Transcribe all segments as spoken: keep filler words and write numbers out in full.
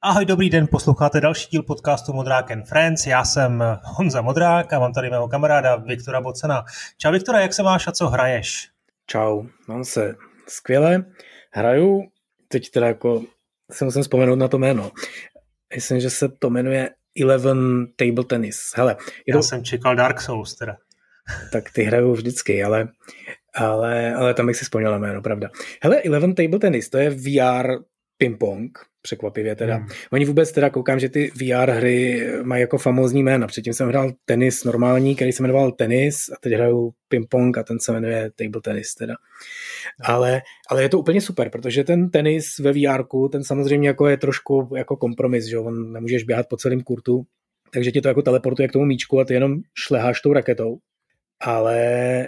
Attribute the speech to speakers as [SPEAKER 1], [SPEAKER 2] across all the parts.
[SPEAKER 1] Ahoj, dobrý den, posloucháte další díl podcastu Modrák and Friends. Já jsem Honza Modrák a mám tady mého kamaráda Viktora Bocena. Čau Viktora, jak se máš a co hraješ?
[SPEAKER 2] Čau, mám se skvěle. Hraju, teď teda jako se musím vzpomenout na to jméno. Myslím, že se to jmenuje Eleven Table Tennis. Hele,
[SPEAKER 1] Já to... jsem čekal Dark Souls teda.
[SPEAKER 2] Tak ty hraju vždycky, ale, ale, ale tam bych si vzpomněl na jméno, pravda. Hele, Eleven Table Tennis, to je V R ping-pong, překvapivě teda. Hmm. Oni vůbec teda koukám, že ty V R hry mají jako famózní jména. Předtím jsem hrál tenis normální, který se jmenoval tenis a teď hraju ping-pong a ten se jmenuje table tennis teda. Ale, ale je to úplně super, protože ten tenis ve V R-ku, ten samozřejmě jako je trošku jako kompromis, že on nemůžeš běhat po celém kurtu, takže ti to jako teleportuje k tomu míčku a ty jenom šleháš tou raketou. Ale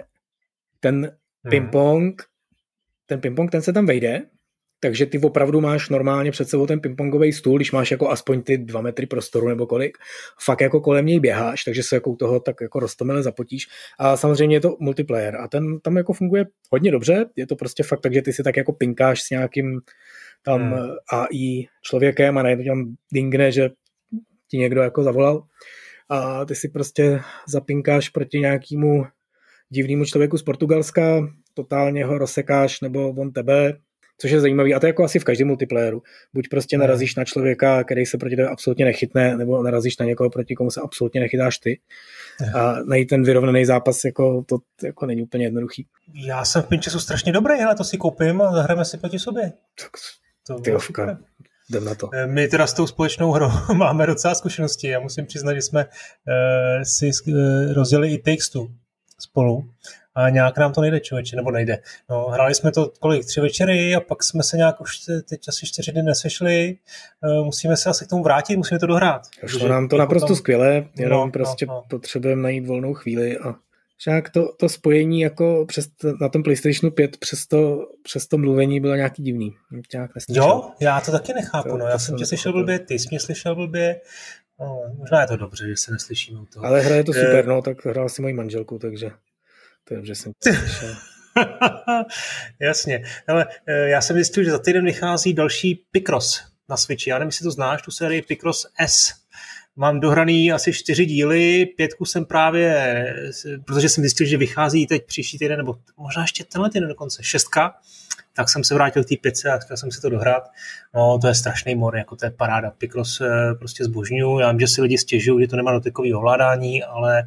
[SPEAKER 2] ten ping-pong, ten ping-pong, ten se tam vejde, takže ty opravdu máš normálně před sebou ten pingpongový stůl, když máš jako aspoň ty dva metry prostoru nebo kolik, fakt jako kolem něj běháš, takže se jako u toho tak jako roztomile zapotíš. A samozřejmě je to multiplayer a ten tam jako funguje hodně dobře, je to prostě fakt tak, že ty si tak jako pinkáš s nějakým tam hmm. A I člověkem a najednou tam dingne, že ti někdo jako zavolal a ty si prostě zapinkáš proti nějakému divnému člověku z Portugalska, totálně ho rozsekáš nebo on tebe, což je zajímavý. A to je jako asi v každém multiplayeru. Buď prostě narazíš na člověka, který se proti tebe absolutně nechytne, nebo narazíš na někoho, proti komu se absolutně nechytáš ty. A najít ten vyrovnaný zápas jako, to jako není úplně jednoduchý.
[SPEAKER 1] Já jsem v Pinchesu strašně dobrý, ale to si koupím a zahrajeme si proti sobě.
[SPEAKER 2] Tak, tyovka, jdem na to.
[SPEAKER 1] My teda s tou společnou hrou máme docela zkušenosti. Já musím přiznat, že jsme uh, si uh, rozdělili i Takes-Two spolu. A nějak nám to nejde, člověče, nebo nejde. No, hráli jsme to kolik, tři večery a pak jsme se nějak už teď asi čtyři dny nesešli. Musíme se asi k tomu vrátit, musíme to dohrát.
[SPEAKER 2] Šlo nám to naprosto tam... skvěle, jenom no, prostě no, no. potřebujeme najít volnou chvíli a však to, to spojení jako přes, na tom PlayStationu pět přes to, přes to mluvení bylo nějaký divný. Nějak
[SPEAKER 1] jo, já to taky nechápu. To, no. Já to jsem tě slyšel blbě, ty jsi mě slyšel blbě. No, možná je to dobře, že se neslyšíme u toho.
[SPEAKER 2] Ale hra je to super, no, tak hrál si moji manželku, takže... To je dobře, jsem slyšel.
[SPEAKER 1] Jasně. Ale já jsem zjistil, že za týden vychází další Picross na Switchi. Já nevím, jestli to znáš, tu sérii Picross S. Mám dohraný asi čtyři díly, pětku jsem právě, protože jsem zjistil, že vychází teď příští týden, nebo možná ještě tenhle týden dokonce, šestka, tak jsem se vrátil k té pětce a chtěl jsem si to dohrát. No, to je strašný mor, jako to je paráda. Picross prostě zbožňuju. Já vím, že si lidi stěžují, že to nemá dotykový ovládání, ale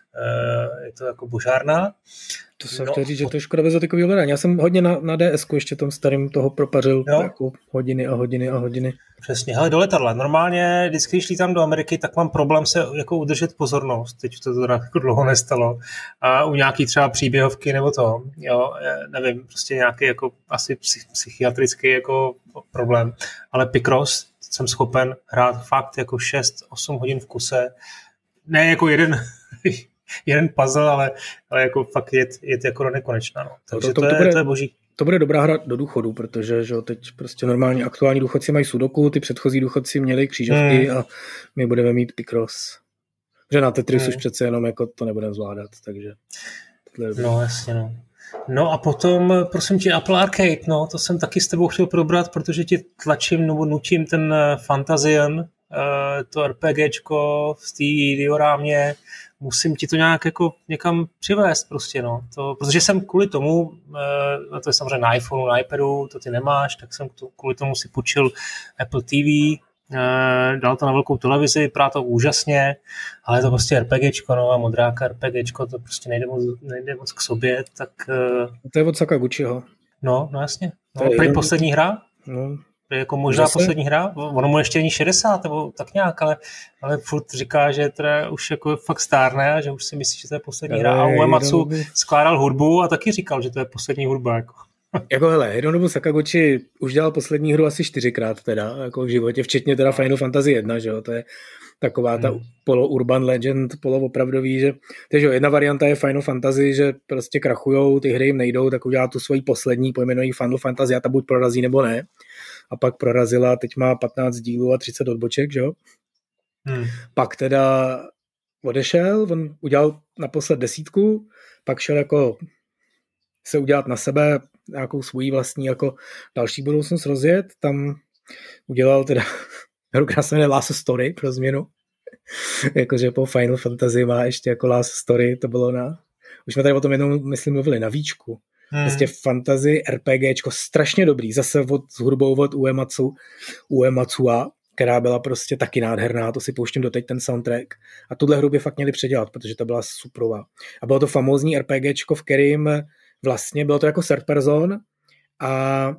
[SPEAKER 1] je to jako božárna.
[SPEAKER 2] To jsem no, chtěl říct, že to je škoda bez dotykového ovládání. Já jsem hodně na, na D S ku ještě tom starým toho propařil jako hodiny a hodiny a hodiny.
[SPEAKER 1] Přesně, hele, do letadla. Normálně, vždycky, když lítám do Ameriky, tak mám problém se jako udržet pozornost. Teď to teda jako dlouho nestalo. A u nějaký třeba příběhovky nebo to, jo, nevím, prostě nějaký jako asi psychiatrický jako problém. Ale Picross jsem schopen hrát fakt jako šest osm hodin v kuse. Ne jako jeden jeden puzzle, ale, ale jako fakt jet, jet jako nekonečná. No. Takže to, to, to, to, je, bude, to je boží.
[SPEAKER 2] To bude dobrá hra do důchodu, protože že teď prostě normálně aktuální důchodci mají sudoku, ty předchozí důchodci měli křížovky hmm. a my budeme mít Picross. Že na Tetris hmm. už přece jenom jako to nebudeme zvládat, takže...
[SPEAKER 1] No jasně, no. No a potom, prosím tě, Apple Arcade, no, to jsem taky s tebou chtěl probrat, protože ti tlačím nebo nučím ten Fantasian, to RPGčko v té diorámě, musím ti to nějak jako někam přivést prostě, no. To, protože jsem kvůli tomu, to je samozřejmě na iPhoneu, na iPadu, to ty nemáš, tak jsem to, kvůli tomu si půjčil Apple T V, dal to na velkou televizi, vypadá to úžasně, ale je to prostě RPGčko, no a modráka RPGčko, to prostě nejde moc, nejde moc k sobě, tak...
[SPEAKER 2] To je od Sakaguchiho.
[SPEAKER 1] No, no jasně. No, prý jen... poslední hra?
[SPEAKER 2] No.
[SPEAKER 1] Jako možná zase? Poslední hra, ono mu ještě ani šedesát, nebo tak nějak, ale, ale furt říká, že teda už jako fakt stárne a že už si myslí, že to je poslední hra. A Uematsu skládal hudbu a taky říkal, že to je poslední hudba. Jako,
[SPEAKER 2] jako hele, Hironobu Sakaguchi už dělal poslední hru asi čtyřikrát teda, jako v životě, včetně teda Final Fantasy jedna, že jo, to je taková ta hmm. polo-urban legend, polo-opravdový, že takže jedna varianta je Final Fantasy, že prostě krachujou, ty hry jim nejdou, tak udělá tu svoji poslední, pojmenují Final Fantasy a ta buď prorazí nebo ne. A pak prorazila, teď má patnáct dílů a třicet odboček, že jo? Hmm. Pak teda odešel, on udělal naposled desítku, pak šel jako se udělat na sebe nějakou svůj vlastní jako další budoucnost rozjet, tam udělal teda hru, která se jmenuje Last Story pro změnu. Jakože po Final Fantasy má ještě jako Last Story, to bylo na... Už jsme tady o tom jednou, myslím, mluvili na Víčku. Hmm. Prostě fantasy, RPGčko, strašně dobrý, zase od, s hudbou od Uematsu, Uematsua, která byla prostě taky nádherná, to si pouštím doteď ten soundtrack. A tuhle hru by fakt měli předělat, protože ta byla superová. A bylo to famózní RPGčko, v kterým vlastně bylo to jako third person, a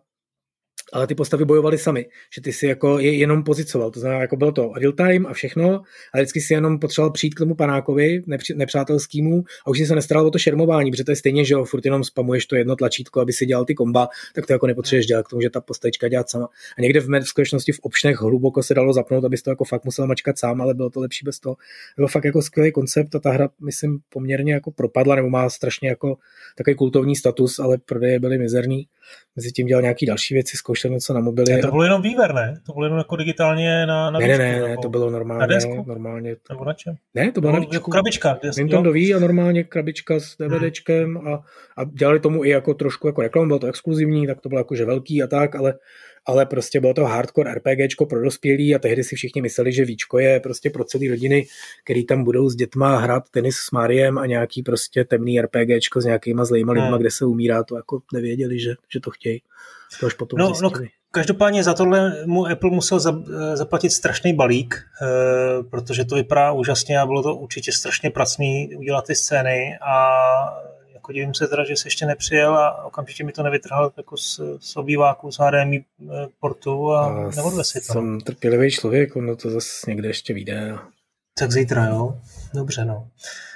[SPEAKER 2] ale ty postavy bojovaly sami, že ty si jako je jenom pozicoval, to znamená, jako bylo to real time a všechno, ale vždycky si jenom potřeboval přijít k tomu panákovi nepři, nepřátelskému a už si se nestaral o to šermování, protože to je stejně, že jo, furt jenom spamuješ to jedno tlačítko, aby si dělal ty komba, tak to jako nepotřebuješ dělat k tomu, že ta postavička dělat sama. A někde v, v skutečnosti v optionech hluboko se dalo zapnout, abys to jako fakt musel mačkat sám, ale bylo to lepší bez toho. Bylo fakt jako skvělý koncept a ta hra, myslím, poměrně jako propadla, nebo má strašně jako takový kultovní status, ale prodeje byly mizerný. Mezi tím dělal nějaký další věci, zkoušel něco na mobily.
[SPEAKER 1] To bylo jenom výver, ne? To bylo jenom jako digitálně na, na
[SPEAKER 2] Ne,
[SPEAKER 1] výšku,
[SPEAKER 2] ne, ne,
[SPEAKER 1] nebo...
[SPEAKER 2] to bylo normálně.
[SPEAKER 1] Na desku?
[SPEAKER 2] Normálně to...
[SPEAKER 1] Nebo na čem?
[SPEAKER 2] Ne, to bylo na
[SPEAKER 1] jako krabička.
[SPEAKER 2] Nintendový a normálně krabička s DVDčkem a, a dělali tomu i jako trošku jako reklamu, bylo to exkluzivní, tak to bylo jakože velký a tak, ale, ale prostě bylo to hardcore RPGčko pro dospělí a tehdy si všichni mysleli, že Víčko je prostě pro celý rodiny, který tam budou s dětma hrát tenis s Mariem a nějaký prostě temný RPGčko s nějakýma zlejma lidma, hmm. kde se umírá, to jako nevěděli, že, že to chtějí. To až potom
[SPEAKER 1] no, no, každopádně za tohle mu Apple musel zaplatit strašný balík, protože to vypadá úžasně a bylo to určitě strašně pracný udělat ty scény a jako divím se teda, že se ještě nepřijel a okamžitě mi to nevytrhal jako z, z obýváku, z H D M I portu a, a neodvez si to.
[SPEAKER 2] Jsem trpělivý člověk, ono to zase někde ještě vyjde.
[SPEAKER 1] Tak zítra, jo? Dobře, no.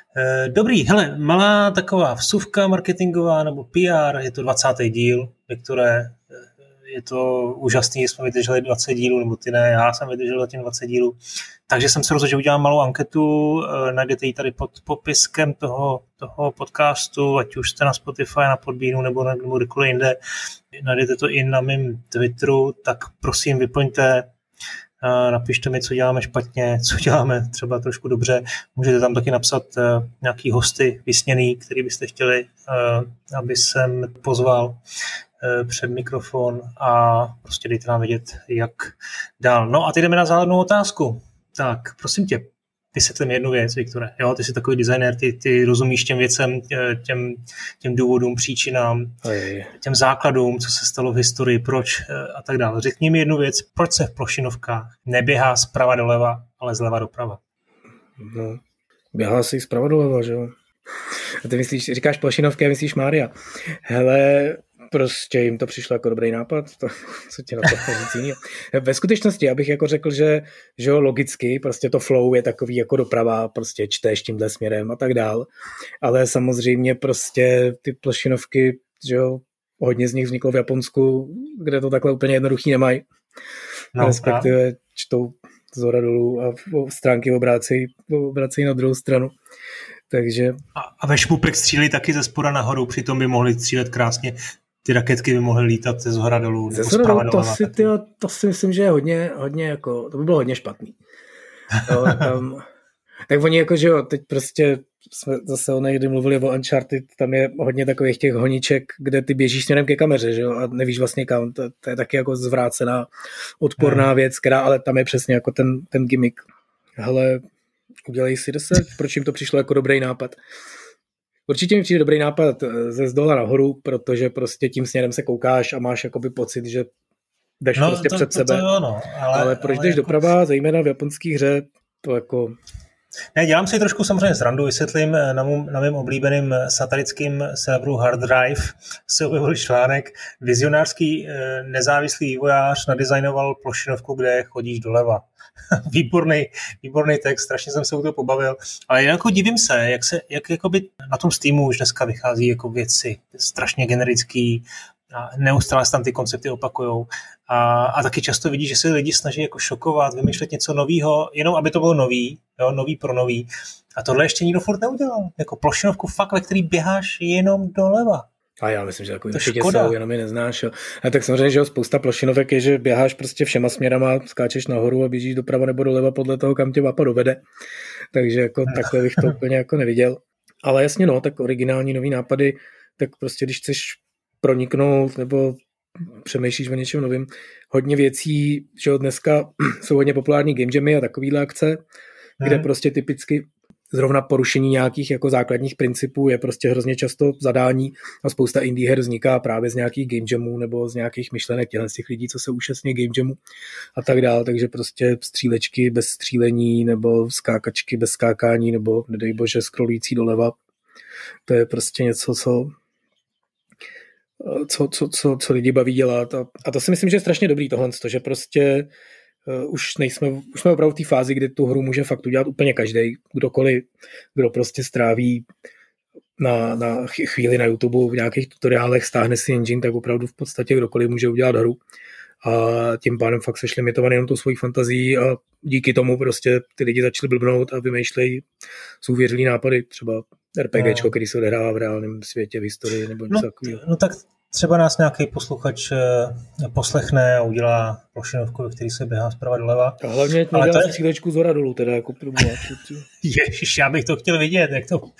[SPEAKER 1] Dobrý, hele, malá taková vsuvka marketingová nebo P R, je to dvacátý díl, Viktore, je to úžasný, jsme vydrželi dvacet dílů, nebo ty ne, já jsem vydržel tím dvacet dílů, takže jsem se rozhodl, že udělám malou anketu, najdete ji tady pod popiskem toho, toho podcastu, ať už jste na Spotify, na Podbeanu nebo, nebo kdekoliv jinde, najdete to i na mém Twitteru, tak prosím vyplňte, napište mi, co děláme špatně, co děláme třeba trošku dobře. Můžete tam taky napsat uh, nějaký hosty vysněný, který byste chtěli, uh, aby jsem pozval uh, před mikrofon a prostě dejte nám vědět, jak dál. No a teď jdeme na záhadnou otázku. Tak, prosím tě, vysvětli mi jednu věc, Viktore. Jo, ty jsi takový designér, ty, ty rozumíš těm věcem, těm, těm důvodům, příčinám,
[SPEAKER 2] Ojej.
[SPEAKER 1] těm základům, co se stalo v historii, proč a tak dále. Řekni mi jednu věc, proč se v plošinovkách neběhá zprava doleva, ale zleva doprava?
[SPEAKER 2] No, běhá se i zprava doleva, že jo? A ty myslíš, říkáš plošinovky a myslíš Mária. Hele, prostě jim to přišlo jako dobrý nápad, to, co ti na to říct. Ve skutečnosti, abych jako řekl, že, že jo, logicky, prostě to flow je takový jako doprava, prostě čteš tímhle směrem a tak dál, ale samozřejmě prostě ty plošinovky, že jo, hodně z nich vzniklo v Japonsku, kde to takhle úplně jednoduchý nemají. No, respektive čtou zhora dolů a stránky obrácejí, obrácejí na druhou stranu. Takže...
[SPEAKER 1] A, a ve šmuprk střílí taky ze spoda nahoru, přitom by mohli střílet krásně. Ty raketky by mohly lítat ze zhora dolů.
[SPEAKER 2] Ze zhora dolů, to, si, tyjo, to si myslím, že je hodně, hodně jako, to by bylo hodně špatný. Jo, um, tak oni jako, že jo, teď prostě jsme zase o někdy mluvili o Uncharted, tam je hodně takových těch honiček, kde ty běžíš směrem ke kameře, že jo, a nevíš vlastně kam, to, to je taky jako zvrácená, odporná hmm. věc, která, ale tam je přesně jako ten, ten gimmick. Hele, udělej si deset, proč jim to přišlo jako dobrý nápad. Určitě mi přijde dobrý nápad ze zdola nahoru, protože prostě tím směrem se koukáš a máš jakoby pocit, že jdeš no, prostě to, před to, sebe. To, to, no, ale, ale proč ale jdeš jako... doprava, zejména v japonských hře, to jako...
[SPEAKER 1] Ne, dělám si trošku samozřejmě srandu, vysvětlím, na mým, na mým oblíbeným satirickým serveru Hard Drive se objevil článek, vizionářský nezávislý vývojář nadizajnoval plošinovku, kde chodíš doleva. výborný, výborný text, strašně jsem se u toho pobavil, ale jinak divím se, jak se, jak jakoby na tom Steamu už dneska vychází jako věci strašně generický, a neustále se tam ty koncepty opakujou a, a taky často vidíš, že se lidi snaží jako šokovat, vymýšlet něco novýho, jenom aby to bylo nový, jo, nový pro nový. A tohle ještě nikdo furt neudělal. Jako plošinovku fakt, ve který běháš jenom doleva.
[SPEAKER 2] A já myslím, že takový určitě jsou, jenom je neznáš. Jo. A tak samozřejmě, že jo, spousta plošinovek je, že běháš prostě všema směrama, skáčeš nahoru a běžíš doprava nebo doleva podle toho, kam tě mapa dovede. Takže jako takhle bych to úplně jako neviděl. Ale jasně no, tak originální nový nápady, tak prostě když chceš proniknout nebo přemýšlíš o něčem novým. Hodně věcí, že dneska jsou hodně populární game jamy a takovýhle akce, kde hmm. prostě typicky zrovna porušení nějakých jako základních principů je prostě hrozně často zadání a spousta indie her vzniká právě z nějakých game jamů nebo z nějakých myšlenek těchto z těch lidí, co se účastní game jamu a tak dál, takže prostě střílečky bez střílení nebo skákačky bez skákání nebo nedej bože scrollující doleva. To je prostě něco, co co, co, co, co lidi baví dělat a, a to si myslím, že je strašně dobrý tohle, že prostě Uh, už nejsme, už jsme opravdu v té fázi, kdy tu hru může fakt udělat úplně každý, kdokoliv, kdo prostě stráví na, na chvíli na YouTube v nějakých tutoriálech, stáhne si engine, tak opravdu v podstatě kdokoliv může udělat hru. A tím pádem fakt seš limitovaný jenom tou svojí fantazií a díky tomu prostě ty lidi začali blbnout a vymýšlejí souvěřilý nápady, třeba RPGčko, no. který se odehrává v reálném světě, v historii nebo něco
[SPEAKER 1] no,
[SPEAKER 2] takového.
[SPEAKER 1] No tak třeba nás nějaký posluchač poslechne a udělá plošinovku, ve který se běhá zprava doleva.
[SPEAKER 2] A hlavně nedělá si střílečku zhora dolů, teda jako probovat.
[SPEAKER 1] Ježiš, já bych to chtěl vidět, jak to...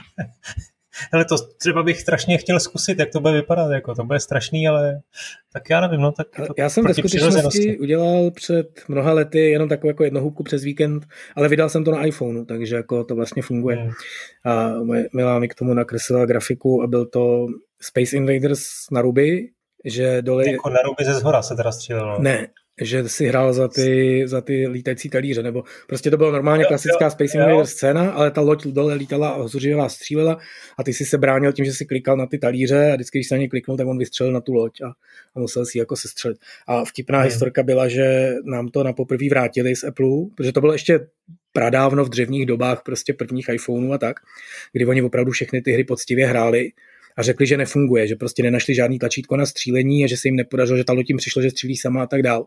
[SPEAKER 1] Ale to třeba bych strašně chtěl zkusit, jak to bude vypadat, jako to bude strašný, ale tak já nevím, no tak to
[SPEAKER 2] já jsem ve skutečnosti udělal před mnoha lety jenom takovou jako jednohubku přes víkend, ale vydal jsem to na iPhoneu, takže jako to vlastně funguje. Hmm. A Milá mi k tomu nakreslila grafiku a byl to Space Invaders na Ruby, že dole...
[SPEAKER 1] Jako na Ruby ze zhora se teda střílelo.
[SPEAKER 2] Ne, že si hrál za ty, za ty lítající talíře, nebo prostě to byla normálně klasická jo, Space Invader scéna, ale ta loď dole lítala a zuřivá střílela a ty si se bránil tím, že si klikal na ty talíře a vždycky, když se na ně kliknul, tak on vystřelil na tu loď a, a musel si jako sestřelit. A vtipná hmm. historka byla, že nám to na poprvé vrátili z Apple, protože to bylo ještě pradávno v dřevních dobách prostě prvních iPhoneů a tak, kdy oni opravdu všechny ty hry poctivě hráli a řekli, že nefunguje, že prostě nenašli žádný tlačítko na střílení a že se jim nepodařilo, že ta loď jim přišlo, že střílí sama a tak dál.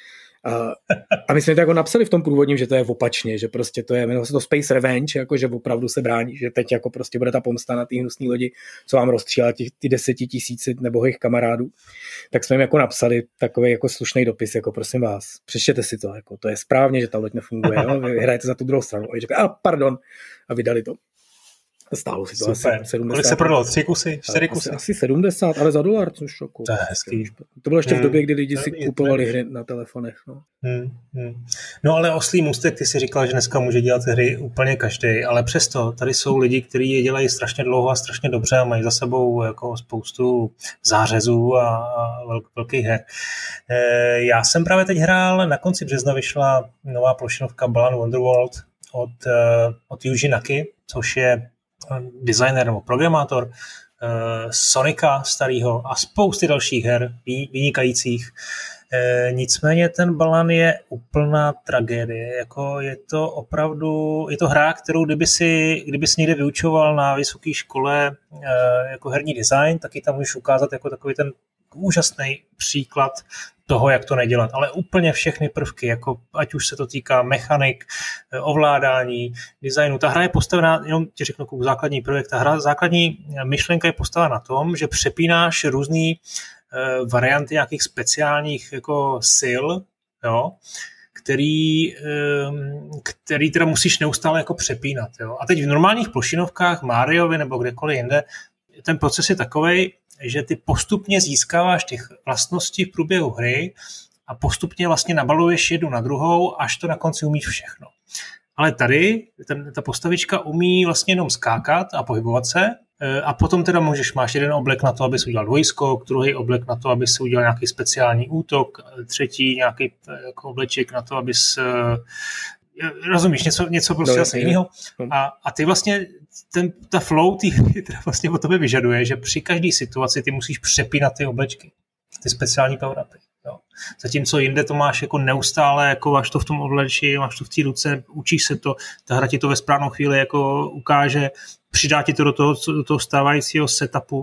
[SPEAKER 2] A, a my jsme to jako napsali v tom průvodním, že to je opačně, že prostě to je, jmenuje se to Space Revenge, jako že opravdu se brání, že teď jako prostě bude ta pomsta na té hnusné lodi, co vám rozstřílá těch, ty desetitisíci nebohých kamarádů. Tak jsme jim jako napsali takový jako slušný dopis, jako prosím vás, přečtěte si to, jako to je správně, že ta loď nefunguje, jo? Vy hrajete za tu druhou stranu. A řekli, a pardon, a vydali to. Stálo si to
[SPEAKER 1] Super.
[SPEAKER 2] asi sedmdesát.
[SPEAKER 1] Kolik se prodalo? Tři kusy? Čtyři kusy?
[SPEAKER 2] Asi, asi sedmdesát, ale za dolar, což jako...
[SPEAKER 1] To je hezký.
[SPEAKER 2] To bylo ještě
[SPEAKER 1] hmm.
[SPEAKER 2] v době, kdy lidi si kupovali hry na telefonech. No.
[SPEAKER 1] Hmm. Hmm. No ale oslý můstek, ty si říkal, že dneska může dělat hry úplně každý, ale přesto tady jsou lidi, kteří je dělají strašně dlouho a strašně dobře a mají za sebou jako spoustu zářezů a, a velk, velkých her. E, já jsem právě teď hrál, na konci března vyšla nová plošinovka Balan Wonderworld od, od Yuji Naki, což je designer nebo programátor uh, Sonika starého a spousty dalších her vynikajících. E, nicméně ten Balan je úplná tragédie. Jako je to opravdu, je to hra, kterou kdyby si, kdyby si někde vyučoval na vysoké škole e, jako herní design, taky tam můžeš ukázat jako takový ten úžasný příklad toho, jak to nedělat, ale úplně všechny prvky, jako ať už se to týká mechanik, ovládání, designu. Ta hra je postavená, jenom ti řeknu jako základní prvek, ta hra, základní myšlenka je postavená na tom, že přepínáš různý uh, varianty nějakých speciálních jako sil, jo, který, um, který teda musíš neustále jako přepínat. Jo. A teď v normálních plošinovkách, Mariovi nebo kdekoliv jinde, ten proces je takovej, že ty postupně získáváš těch vlastností v průběhu hry a postupně vlastně nabaluješ jednu na druhou, až to na konci umíš všechno. Ale tady ten, ta postavička umí vlastně jenom skákat a pohybovat se a potom teda můžeš, máš jeden oblek na to, abys udělal dvojskok, druhý oblek na to, abys udělal nějaký speciální útok, třetí nějaký jako obleček na to, abys rozumíš, něco, něco prostě vlastně jiného. A, a ty vlastně, ten, ta flow ty hry teda vlastně o tobě vyžaduje, že při každé situaci ty musíš přepínat ty oblečky, ty speciální power-upy. Jo. Zatímco jinde to máš jako neustále, jako máš to v tom obleči, máš to v té ruce, učíš se to, ta hra ti to ve správnou chvíli jako ukáže, přidá ti to do toho, do toho stávajícího setupu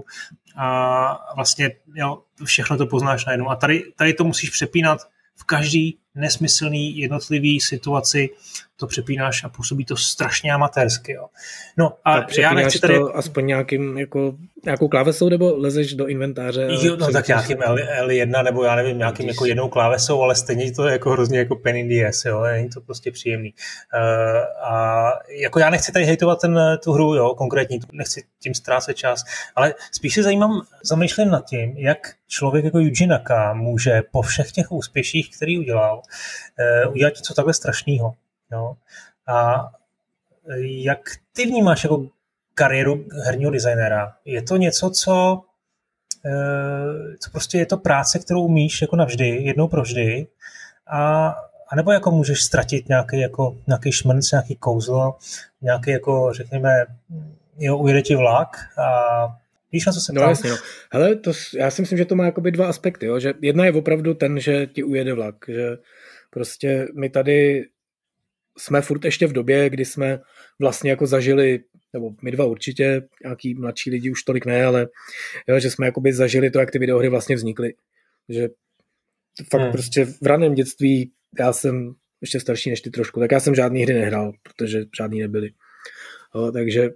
[SPEAKER 1] a vlastně jo, všechno to poznáš najednou. A tady, tady to musíš přepínat v každý nesmyslný jednotlivý situaci, to přepínáš a působí to strašně amatérsky. Jo. No a já nechci tady...
[SPEAKER 2] to aspoň nějakým jako nějakou klávesou nebo lezeš do inventáře?
[SPEAKER 1] Jo, no tak nějakým L jedna nebo já nevím, nějakým jako jednou klávesou, ale stejně to je jako hrozně jako pain in the ass, jo, není to prostě příjemný. Uh, a jako já nechci tady hejtovat ten, tu hru, jo, konkrétní, nechci tím ztrácet čas, ale spíš se zajímám, zamýšlím nad tím, jak člověk jako Yuji Naka může po všech těch úspěších, který udělal, uh, udělat něco takhle strašného, jo. A jak ty vnímáš jako kariéru herního designéra? Je to něco, co, co prostě je to práce, kterou umíš jako navždy, jednou provždy, a, a nebo jako můžeš ztratit nějaký, jako, nějaký šmrnc, nějaký kouzlo, nějaký jako, řekněme, jo, ujede ti vlak a víš, na co se ptám?
[SPEAKER 2] No jasně, no. Hele, to, já si myslím, že to má jakoby dva aspekty, jo? Že jedna je opravdu ten, že ti ujede vlak, že prostě my tady jsme furt ještě v době, kdy jsme vlastně jako zažili, nebo my dva určitě, nějaký mladší lidi už tolik ne, ale jo, že jsme jakoby zažili to, jak ty videohry vlastně vznikly. Že fakt hmm. prostě v raném dětství, já jsem ještě starší než ty trošku, tak já jsem žádný hry nehrál, protože žádný nebyly. Jo, takže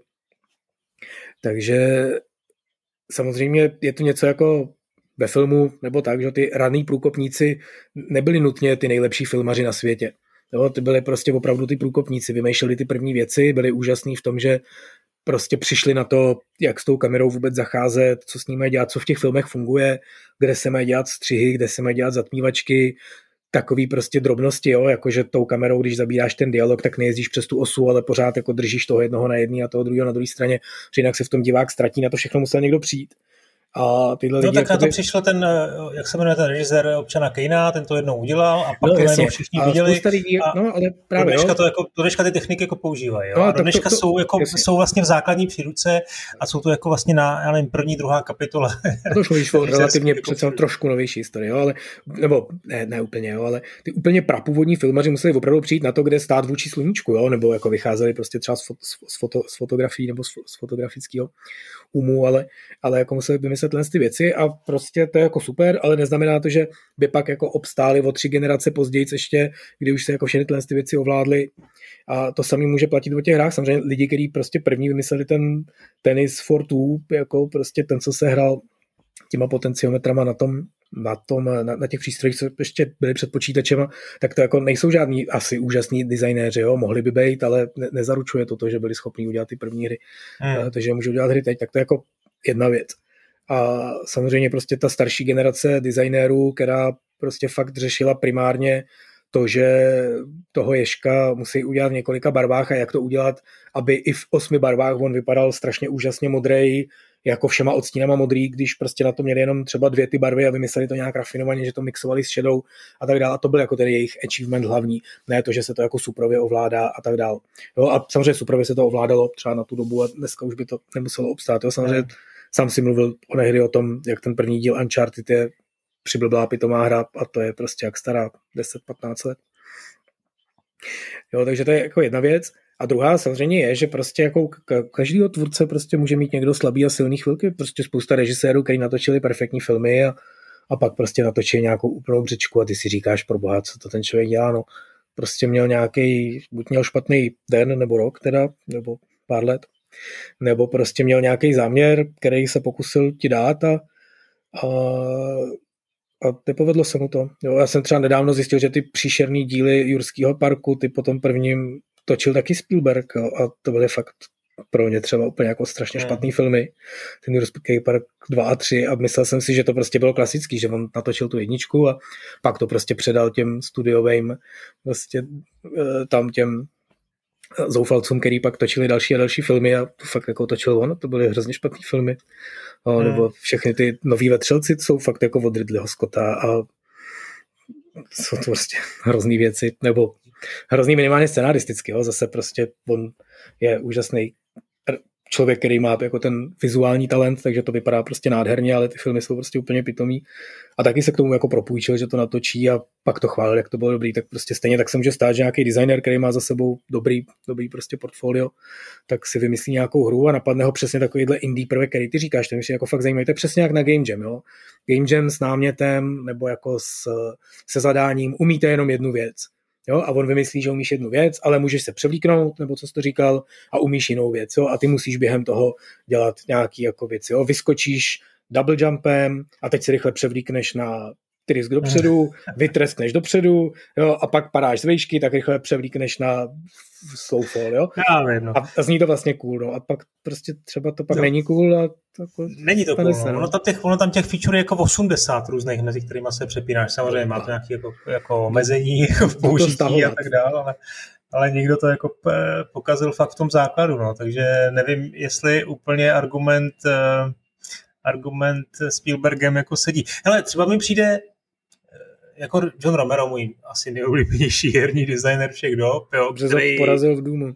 [SPEAKER 2] takže samozřejmě je to něco jako ve filmu, nebo tak, že ty raný průkopníci nebyli nutně ty nejlepší filmaři na světě. Jo, ty byli prostě opravdu ty průkopníci, vymýšleli ty první věci, byli úžasní v tom, že prostě přišli na to, jak s tou kamerou vůbec zacházet, co s ní mají dělat, co v těch filmech funguje, kde se mají dělat střihy, kde se mají dělat zatmívačky, takový prostě drobnosti, jo, jakože tou kamerou, když zabíráš ten dialog, tak nejezdíš přes tu osu, ale pořád jako držíš toho jednoho na jedné a toho druhého na druhé straně, že jinak se v tom divák ztratí, na to všechno musel někdo přijít. A tyhle
[SPEAKER 1] no
[SPEAKER 2] lidi
[SPEAKER 1] tak na
[SPEAKER 2] jakoby...
[SPEAKER 1] to přišel ten, jak se jmenuje ten režisér Občana Kejna, ten to jednou udělal a pak no, to najednou všichni a viděli.
[SPEAKER 2] Lidí, a no, ale právě,
[SPEAKER 1] do, dneška
[SPEAKER 2] jo.
[SPEAKER 1] to jako, do dneška ty techniky jako používají. Jo?
[SPEAKER 2] No,
[SPEAKER 1] a do dneška to, to, jsou, jako, jsou vlastně v základní příruce a jsou to jako vlastně na, já nevím, první, druhá kapitola.
[SPEAKER 2] To už mluvíš o relativně přece jako... trošku novější historii, jo, ale, nebo ne, ne úplně, jo, ale ty úplně prapůvodní filmaři museli opravdu přijít na to, kde stát vůči sluníčku, jo, nebo jako vycházeli prostě třeba z, fot, z, foto, z fotografií nebo z, z fotografického umu, ale, ale jako museli vymyslet ty věci a prostě to je jako super, ale neznamená to, že by pak jako obstáli o tři generace později ještě, kdy už se jako všechny ty věci ovládly a to samé může platit o těch hrách. Samozřejmě lidi, kteří prostě první vymysleli ten tenis for two, jako prostě ten, co se hrál těma potenciometrama na tom, na, tom, na, na těch přístrojích, co ještě byly před počítačema, tak to jako nejsou žádní asi úžasní designéři, jo, mohli by být, ale ne, nezaručuje to, to, že byli schopni udělat ty první hry, hmm. takže můžou dělat hry teď, tak to je jako jedna věc. A samozřejmě prostě ta starší generace designérů, která prostě fakt řešila primárně to, že toho ježka musí udělat v několika barvách a jak to udělat, aby i v osmi barvách on vypadal strašně úžasně modrej, jako všema odstínama modrý, když prostě na to měli jenom třeba dvě ty barvy a vymysleli to nějak rafinovaně, že to mixovali s šedou a tak dále. A to byl jako ten jejich achievement hlavní, ne to, že se to jako suprově ovládá a tak dále. Jo, a samozřejmě suprově se to ovládalo třeba na tu dobu a dneska už by to nemuselo obstát. Jo, samozřejmě sám si mluvil o nehry o tom, jak ten první díl Uncharted je přiblblá pitomá hra a to je prostě jak stará deset patnáct let. Jo, takže to je jako jedna věc. A druhá samozřejmě je, že prostě jako každýho tvůrce prostě může mít někdo slabý a silný chvilky. Prostě spousta režisérů, kteří natočili perfektní filmy a, a pak prostě natočili nějakou úplnou břičku a ty si říkáš, proboha, co to ten člověk dělá. No, prostě měl nějaký, buď měl špatný den nebo rok teda, nebo pár let, nebo prostě měl nějaký záměr, který se pokusil ti dát a, a, a nepovedlo se mu to. Jo, já jsem třeba nedávno zjistil, že ty příšerný díly Jurského parku, ty po tom prvním točil taky Spielberg, jo, a to byly fakt pro mě třeba úplně jako strašně špatný mm. filmy. Ten Jurský park dva a tři a myslel jsem si, že to prostě bylo klasický, že on natočil tu jedničku a pak to prostě předal těm studiovým prostě tam těm zoufalcům, který pak točili další a další filmy a to fakt jako točil on, to byly hrozně špatný filmy. O, hmm. Nebo všechny ty nový vetřelci jsou fakt jako od Ridleyho Scotta a jsou to prostě hrozný věci, nebo hrozný minimálně scenaristicky, jo. Zase prostě on je úžasný člověk, který má jako ten vizuální talent, takže to vypadá prostě nádherně, ale ty filmy jsou prostě úplně pitomý. A taky se k tomu jako propůjčil, že to natočí a pak to chválil, jak to bylo dobrý, tak prostě stejně tak se může stát, že nějaký designer, který má za sebou dobrý, dobrý prostě portfolio, tak si vymyslí nějakou hru a napadne ho přesně takovýhle indie prvek, který ty říkáš, to mi jako fakt zajímavé, to je přesně jak na Game Jam, jo. Game Jam s námětem nebo jako s, se zadáním umíte jenom jednu věc. Jo, a on vymyslí, že umíš jednu věc, ale můžeš se převlíknout, nebo co jsi to říkal, a umíš jinou věc, jo, a ty musíš během toho dělat nějaký jako věci, jo, vyskočíš double jumpem a teď si rychle převlíkneš na trysk dopředu, vytreskneš dopředu, jo, a pak padáš z vejšky, tak rychle převlíkneš na slow fall, jo.
[SPEAKER 1] Já vím, no.
[SPEAKER 2] A, a zní to vlastně cool, no, a pak prostě třeba to pak no. není cool a to jako
[SPEAKER 1] není to cool, no. ono, tam těch, ono tam těch feature je jako osmdesát různých, mezi kterými se přepínáš, samozřejmě má to nějaké jako, jako omezení jako v použití a tak dále, ale, ale někdo to jako pokazil fakt v tom základu, no, takže nevím, jestli úplně argument argument Spielbergem jako sedí. Hele, třeba mi přijde jako John Romero, můj asi nejoblíbenější herní designer všech dob, jo,
[SPEAKER 2] který... Protože porazil v Doomu.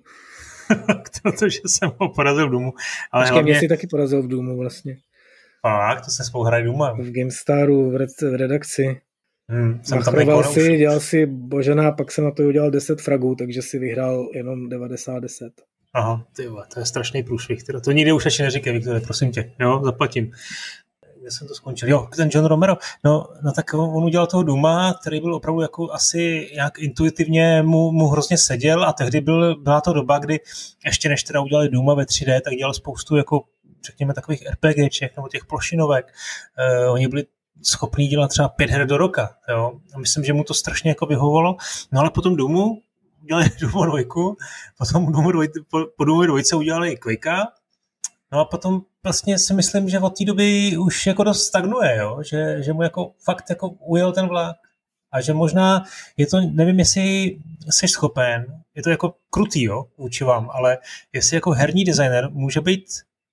[SPEAKER 1] Protože jsem ho porazil v Doomu. Ale
[SPEAKER 2] Počkej, hlavně... mě si taky porazil v Doomu vlastně.
[SPEAKER 1] Fakt, to se spolu hraje Dooma.
[SPEAKER 2] V GameStaru, v, red, v redakci.
[SPEAKER 1] Hmm,
[SPEAKER 2] Machroval si, už... dělal si Božena, pak jsem na to udělal deset fragů, takže si vyhrál jenom devadesát deset.
[SPEAKER 1] Aha, tyjo, to je strašný průšvih. Teda. To nikdy už ještě neříkej, Viktore, prosím tě. Jo, zaplatím. Kde jsem to skončil? Jo, ten John Romero. No, no tak on udělal toho Dooma, který byl opravdu jako asi nějak intuitivně mu, mu hrozně seděl a tehdy byl, byla to doba, kdy ještě než teda udělali Dooma ve tři dé, tak dělal spoustu jako, řekněme, takových RPGček nebo těch plošinovek. Uh, oni byli schopní dělat třeba pět her do roka. Jo? A myslím, že mu to strašně jako vyhovovalo. No ale potom Doomu udělali Doomu dvojku, potom Doomu dvojce, po, po Doomu dvojce udělali Quakea, no a potom vlastně si myslím, že od té doby už jako dost stagnuje, jo? Že, že mu jako fakt jako ujel ten vlak a že možná je to, nevím, jestli jsi schopen, je to jako krutý, jo, vůči vám, ale jestli jako herní designer může být,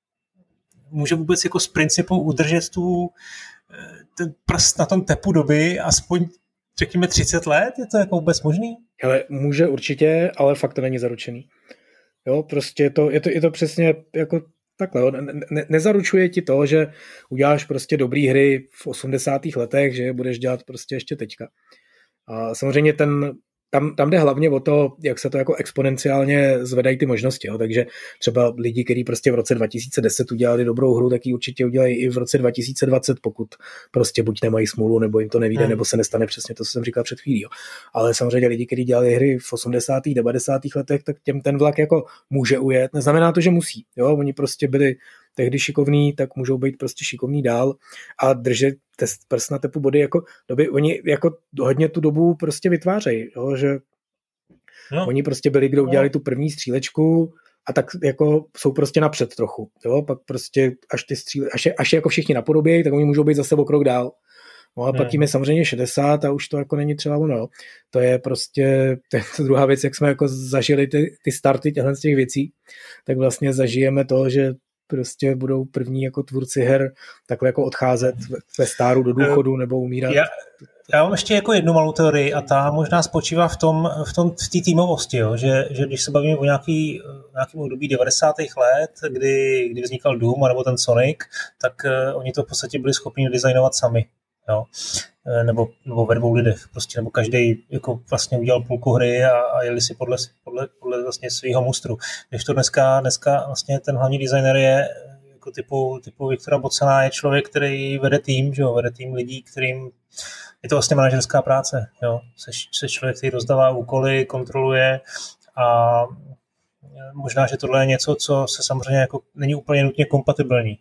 [SPEAKER 1] může vůbec jako z principu udržet tu ten prst na tom tepu doby aspoň řekněme třicet let, je to jako vůbec možný?
[SPEAKER 2] Hele, může určitě, ale fakt to není zaručený. Jo, prostě to, je, to, je to přesně jako takhle. Ne, ne, nezaručuje ti to, že uděláš prostě dobrý hry v osmdesátých letech, že je budeš dělat prostě ještě teďka. A samozřejmě ten Tam, tam jde hlavně o to, jak se to jako exponenciálně zvedají ty možnosti. Jo. Takže třeba lidi, kteří prostě v roce dva tisíce deset udělali dobrou hru, tak ji určitě udělají i v roce dva tisíce dvacet, pokud prostě buď nemají smůlu, nebo jim to nevíde, hmm. nebo se nestane přesně to, co jsem říkal před chvílí. Jo. Ale samozřejmě lidi, kteří dělali hry v osmdesátých devadesátých letech, tak těm ten vlak jako může ujet. Neznamená to, že musí. Jo. Oni prostě byli tehdy šikovní, tak můžou být prostě šikovní dál a držet test prst na tepu body jako doby. Oni jako hodně tu dobu prostě vytvářejí, jo, že no. Oni prostě byli, kdo udělali tu první střílečku a tak jako jsou prostě napřed trochu, jo, pak prostě až ty stříle, až je, až je jako všichni napodobějí, tak oni můžou být zase o krok dál. No a hmm. pak jim je samozřejmě šedesát a už to jako není třeba ono. To je prostě to je to druhá věc, jak jsme jako zažili ty, ty starty těchto z těch věcí, tak vlastně zažijeme to, že prostě budou první jako tvůrci her takhle jako odcházet ve stáru do důchodu nebo umírat.
[SPEAKER 1] Já, já mám ještě jako jednu malou teorii a ta možná spočívá v tom, v tom v té týmovosti, jo? Že, že když se bavíme o nějaký, nějakým období devadesátých let, kdy, kdy vznikal Doom nebo ten Sonic, tak uh, oni to v podstatě byli schopni designovat sami. Jo? Nebo, nebo ve dvou lidech. Prostě, nebo každý jako vlastně udělal půlku hry a, a jeli si podle, podle, podle vlastně svého mustru. Když to dneska, dneska vlastně ten hlavní designer je jako typu, typu Viktora Bocana je člověk, který vede tým, že jo? Vede tým lidí, kterým je to vlastně manažerská práce. Jo? Seš, seš člověk, který rozdává úkoly, kontroluje a možná, že tohle je něco, co se samozřejmě jako není úplně nutně kompatibilní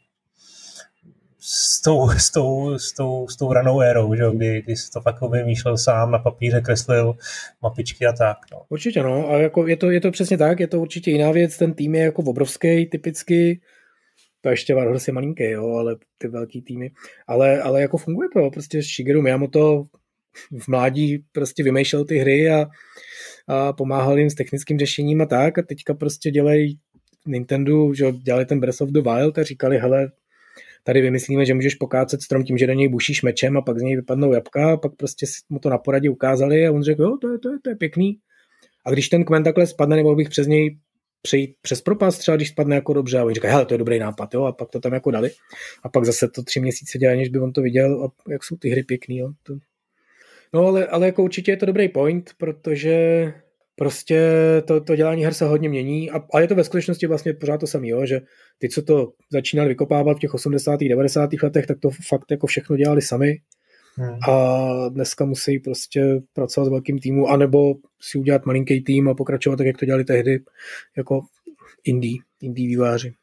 [SPEAKER 1] s tou, s tou, s tou, s tou ranou érou, že? Kdy, kdy jsi to fakt vymýšlel sám, na papíře kreslil mapičky a tak. No.
[SPEAKER 2] Určitě, no. A jako je, to, je to přesně tak, je to určitě jiná věc. Ten tým je jako obrovský, typicky. To ještě Warhorse je malinký, jo, ale ty velký týmy. Ale, ale jako funguje to. Prostě Shigeru Miyamoto v mládí prostě vymýšlel ty hry a, a pomáhal jim s technickým řešením a tak. A teďka prostě dělají Nintendo, že dělali ten Breath of the Wild a říkali, hele, tady vymyslíme, že můžeš pokácet strom tím, že do něj bušíš mečem a pak z něj vypadnou jabka a pak prostě mu to na poradě ukázali a on řekl, jo, to je, to je, to je pěkný. A když ten kmen takhle spadne, nemohl bych přes něj přejít přes propast, třeba když spadne jako dobře a oni říkají, hele, to je dobrý nápad, jo, a pak to tam jako dali. A pak zase to tři měsíce dělají, než by on to viděl a jak jsou ty hry pěkný, jo. To... No ale, ale jako určitě je to dobrý point, protože prostě to, to dělání her se hodně mění a, a je to ve skutečnosti vlastně pořád to samé, jo, že ty, co to začínali vykopávat v těch osmdesátých devadesátých letech, tak to fakt jako všechno dělali sami Hmm. A dneska musí prostě pracovat s velkým týmu, anebo si udělat malinký tým a pokračovat tak, jak to dělali tehdy, jako indie, indie výváři.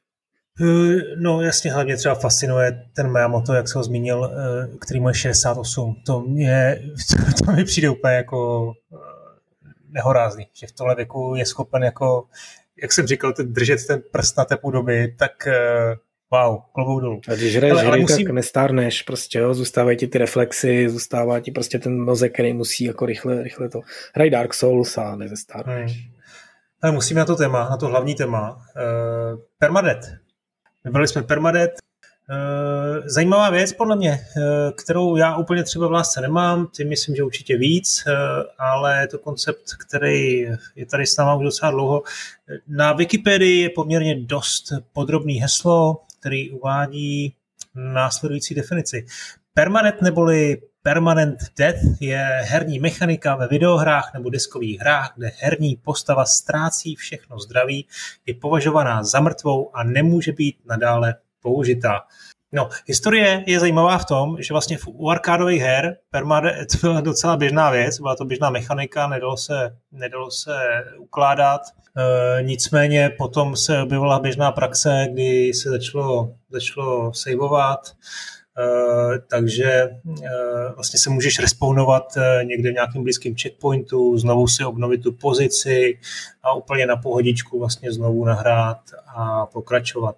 [SPEAKER 1] No jasně, hlavně třeba fascinuje ten Miyamoto, jak se ho zmínil, který má šedesát osm. To, mě, to, to mi přijde úplně jako nehorázný, že v tomhle věku je schopen jako, jak jsem říkal, držet ten prst na tepu doby, tak wow, klobouk dolů.
[SPEAKER 2] A když hraješ hry, musím... tak nestárneš, prostě jo, zůstávají ti ty reflexy, zůstává ti prostě ten mozek, který musí jako rychle, rychle to. Hraj Dark Souls a nezestárneš. Hmm.
[SPEAKER 1] Ale musíme na to téma, na to hlavní téma. Uh, Permadeath. Vybrali jsme Permadeath. Uh, zajímavá věc podle mě, uh, kterou já úplně třeba v lásce nemám, ty myslím, že určitě víc, uh, ale je to koncept, který je tady s náma už docela dlouho. Na Wikipedii je poměrně dost podrobný heslo, který uvádí následující definici. Permadeath neboli Permanent Death je herní mechanika ve videohrách nebo diskových hrách, kde herní postava ztrácí všechno zdraví, je považovaná za mrtvou a nemůže být nadále použitá. No, historie je zajímavá v tom, že vlastně u arkádových her Permadeath byla docela běžná věc, byla to běžná mechanika, nedalo se, nedalo se ukládat. E, nicméně potom se objevila běžná praxe, kdy se začalo, začalo saveovat, e, takže e, vlastně se můžeš respawnovat někde v nějakým blízkým checkpointu, znovu si obnovit tu pozici a úplně na pohodičku vlastně znovu nahrát a pokračovat.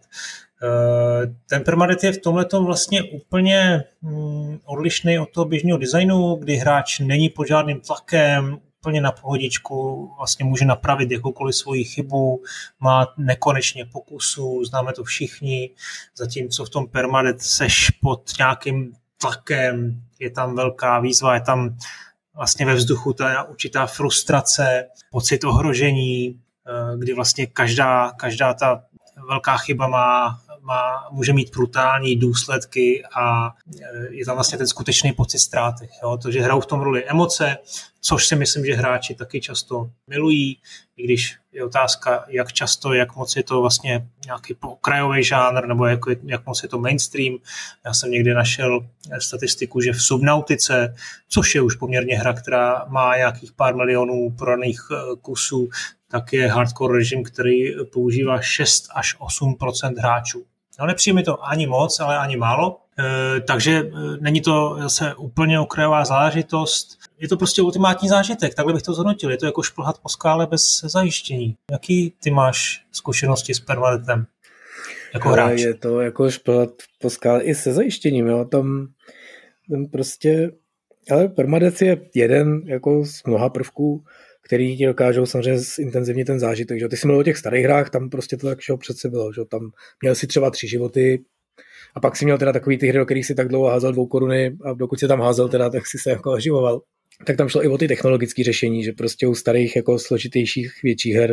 [SPEAKER 1] Ten Permadeath je v tomhletom vlastně úplně odlišný od toho běžného designu, kdy hráč není pod žádným tlakem, úplně na pohodičku, vlastně může napravit jakoukoliv svoji chybu, má nekonečně pokusů, známe to všichni, zatímco v tom Permadeath seš pod nějakým tlakem, je tam velká výzva, je tam vlastně ve vzduchu ta určitá frustrace, pocit ohrožení, kdy vlastně každá, každá ta velká chyba má, má, může mít brutální důsledky a je tam vlastně ten skutečný pocit ztráty. Jo? To, že hrajou v tom roli emoce, což si myslím, že hráči taky často milují, i když je otázka, jak často, jak moc je to vlastně nějaký okrajový žánr, nebo jak, jak moc je to mainstream. Já jsem někdy našel statistiku, že v Subnautice, což je už poměrně hra, která má nějakých pár milionů prodaných kusů, tak je hardcore režim, který používá šest až osm procent hráčů. No, nepřijde mi to ani moc, ale ani málo, e, takže e, není to zase úplně okrajová záležitost. Je to prostě ultimátní zážitek, takhle bych to zhodnotil. Je to jako šplhat po skále bez zajištění. Jaký ty máš zkušenosti s Permadeathem jako hráč?
[SPEAKER 2] Je to jako šplhat po skále i se zajištěním. Jo. Tam, tam prostě... Ale Permadeath je jeden jako z mnoha prvků, který ti dokážou samozřejmě zintenzivnit ten zážitek. Že? Ty jsi mluvil o těch starých hrách, tam prostě to tak přece bylo. Že? Tam měl si třeba tři životy a pak si měl teda takový ty hry, do kterých si tak dlouho házel dvou koruny a dokud si tam házel, teda, tak si se jako oživoval. Tak tam šlo i o ty technologické řešení, že prostě u starých jako složitějších větších her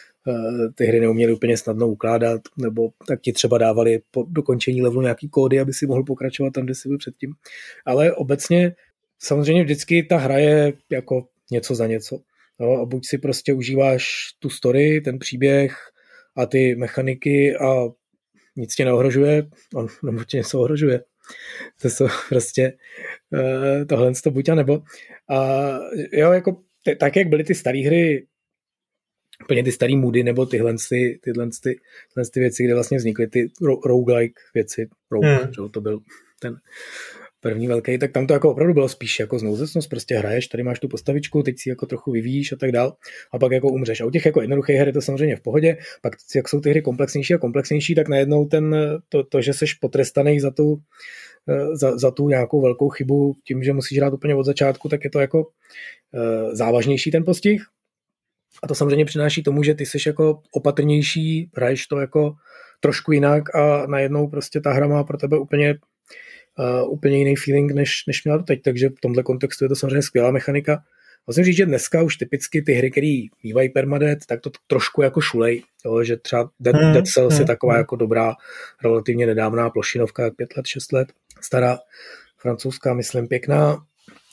[SPEAKER 2] ty hry neuměly úplně snadno ukládat, nebo tak ti třeba dávali po dokončení levelu nějaký kódy, aby si mohl pokračovat tam, kde si byl předtím. Ale obecně samozřejmě vždycky ta hra je jako něco za něco. No, a buď si prostě užíváš tu story, ten příběh a ty mechaniky a nic tě neohrožuje, nebo tě něco ohrožuje. To jsou prostě uh, tohle to buď a nebo. A jo, jako t- tak, jak byly ty staré hry, úplně ty staré moody, nebo tyhle, ty, tyhle, ty, tyhle ty věci, kde vlastně vznikly ty ro- roguelike věci, rogue, hmm. že to byl ten první velký, tak tam to jako opravdu bylo spíš jako znouzecnost, prostě hraješ, tady máš tu postavičku, teď si jako trochu vyvíjíš a tak dál a pak jako umřeš. A u těch jako jednoduchých her je to samozřejmě v pohodě, pak jak jsou ty hry komplexnější a komplexnější, tak najednou ten, to, to že seš potrestaný za tu, za, za tu nějakou velkou chybu tím, že musíš hrát úplně od začátku, tak je to jako uh, závažnější ten postih. A to samozřejmě přináší tomu, že ty seš jako opatrnější, hraješ to jako trošku jinak a najednou prostě ta hra má pro tebe úplně Uh, úplně jiný feeling, než, než měla teď, takže v tomhle kontextu je to samozřejmě skvělá mechanika. Musím říct, že dneska už typicky ty hry, které mývají Permadeath, tak to trošku jako šulej, jo, že třeba Dead, hmm, Dead Cells hmm, je taková hmm. jako dobrá, relativně nedávná plošinovka, jak pět let, šest let, stará, francouzská, myslím, pěkná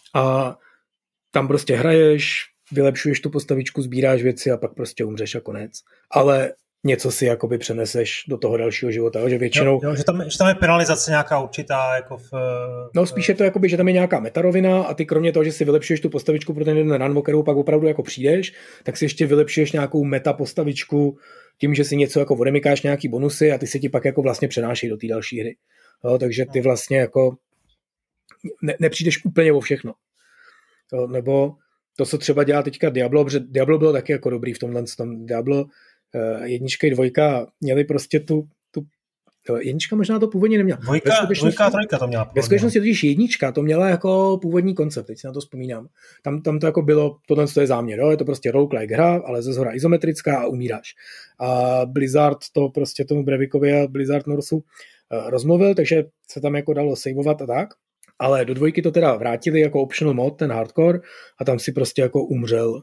[SPEAKER 2] a tam prostě hraješ, vylepšuješ tu postavičku, sbíráš věci a pak prostě umřeš a konec. Ale něco si jakoby přeneseš do toho dalšího života, že většinou...
[SPEAKER 1] Jo, jo, že, tam, že tam je penalizace nějaká určitá, jako v...
[SPEAKER 2] No spíš je to jakoby, že tam je nějaká metarovina a ty kromě toho, že si vylepšuješ tu postavičku pro ten jeden run, o kterou pak opravdu jako přijdeš, tak si ještě vylepšuješ nějakou meta postavičku tím, že si něco jako odemykáš nějaký bonusy a ty se ti pak jako vlastně přenášejí do té další hry. Jo, takže ty vlastně jako ne, nepřijdeš úplně o všechno. Jo, nebo to, co třeba dělá teďka Diablo, protože Diablo bylo taky jako dobrý v tomhle tom. Diablo jednička i dvojka měli prostě tu, tu jednička možná to původně neměla.
[SPEAKER 1] Dvojka, dvojka a trojka to měla.
[SPEAKER 2] Ve skutečnosti totiž jednička to měla jako původní koncept, teď si na to vzpomínám. Tam, tam to jako bylo, tohle to je záměr, jo? Je to prostě roguelike hra, ale ze zhora izometrická a umíráš. A Blizzard to prostě tomu Breivikovi a Blizzard Northu rozmluvil, takže se tam jako dalo saveovat a tak. Ale do dvojky to teda vrátili jako optional mod, ten hardcore, a tam si prostě jako umřel.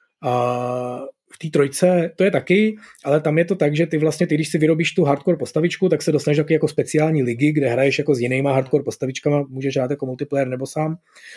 [SPEAKER 2] A v té trojce to je taky, ale tam je to tak, že ty vlastně, ty, když si vyrobíš tu hardcore postavičku, tak se dostaneš taky jako speciální ligy, kde hraješ jako s jinýma hardcore postavičkama, můžeš hrát jako multiplayer nebo sám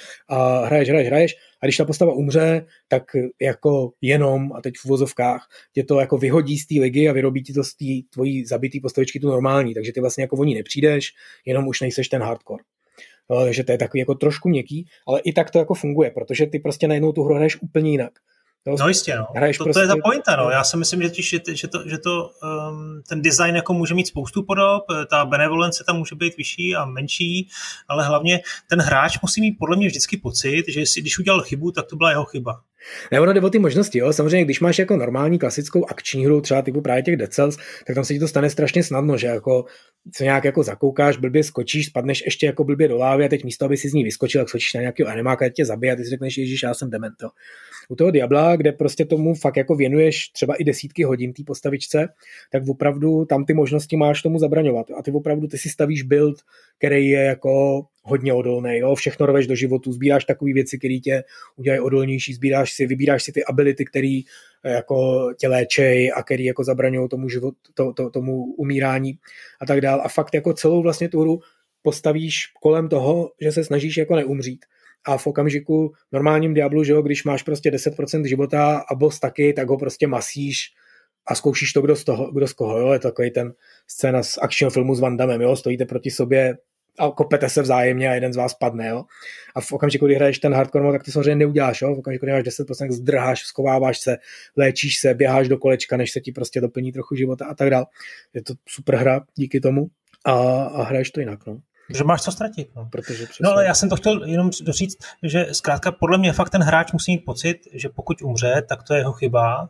[SPEAKER 2] a hraješ, hraješ, hraješ a když ta postava umře, tak jako jenom, a teď v uvozovkách, tě to jako vyhodí z té ligy a vyrobí ti to z té tvojí zabitý postavičky tu normální, takže ty vlastně jako o ní nepřijdeš, jenom už nejseš ten hardcore. No, takže to je takový jako trošku měkký, ale i tak to jako funguje, protože ty prostě najednou tu hru hraješ úplně jinak.
[SPEAKER 1] No, no jistě, no. To, prostě... to je ta pointa, no. Já si myslím, že, že, že, to, že to, um, ten design jako může mít spoustu podob, ta benevolence tam může být vyšší a menší, ale hlavně ten hráč musí mít podle mě vždycky pocit, že když udělal chybu, tak to byla jeho chyba.
[SPEAKER 2] Ne, ono jde o ty možnosti, jo. Samozřejmě, když máš jako normální klasickou akční hru, třeba typu právě těch Dead Cells, tak tam se ti to stane strašně snadno, že jako se nějak jako zakoukáš, blbě skočíš, spadneš ještě jako blbě do lávy a teď místo, aby si z ní vyskočil, tak skočíš na nějakého animáka, tě zabije a ty si řekneš, ježiš, já jsem dement, jo. U toho Diabla, kde prostě tomu fakt jako věnuješ třeba i desítky hodin té postavičce, tak opravdu tam ty možnosti máš tomu zabraňovat. A ty opravdu ty si stavíš build, který je jako hodně odolný, jo, všechno rveš do životu, sbíráš takové věci, které tě udělají odolnější, sbíráš si, vybíráš si ty ability, které jako tě léčej a který jako zabraňují tomu život, to, to, tomu umírání a tak dál. A fakt jako celou vlastně tu hru postavíš kolem toho, že se snažíš jako neumřít. A v okamžiku normálním Diablu, že jo, když máš prostě deset procent života a boss taky, tak ho prostě masíš a zkoušíš to, kdo z, toho, kdo z koho, jo, je to takový ten scéna z akčního filmu s Van Dammem, jo, stojíte proti sobě a kopete se vzájemně a jeden z vás padne, jo. A v okamžiku, kdy hraješ ten hardcore, tak to samozřejmě neuděláš, jo. V okamžiku, kdy máš deset procent, zdrháš, schováváš se, léčíš se, běháš do kolečka, než se ti prostě doplní trochu života a tak dál. Je to super hra díky tomu a, a hraješ to jinak, no.
[SPEAKER 1] Že máš co ztratit. No.
[SPEAKER 2] Protože
[SPEAKER 1] no ale já jsem to chtěl jenom doříct, že zkrátka podle mě fakt ten hráč musí mít pocit, že pokud umře, tak to je jeho chyba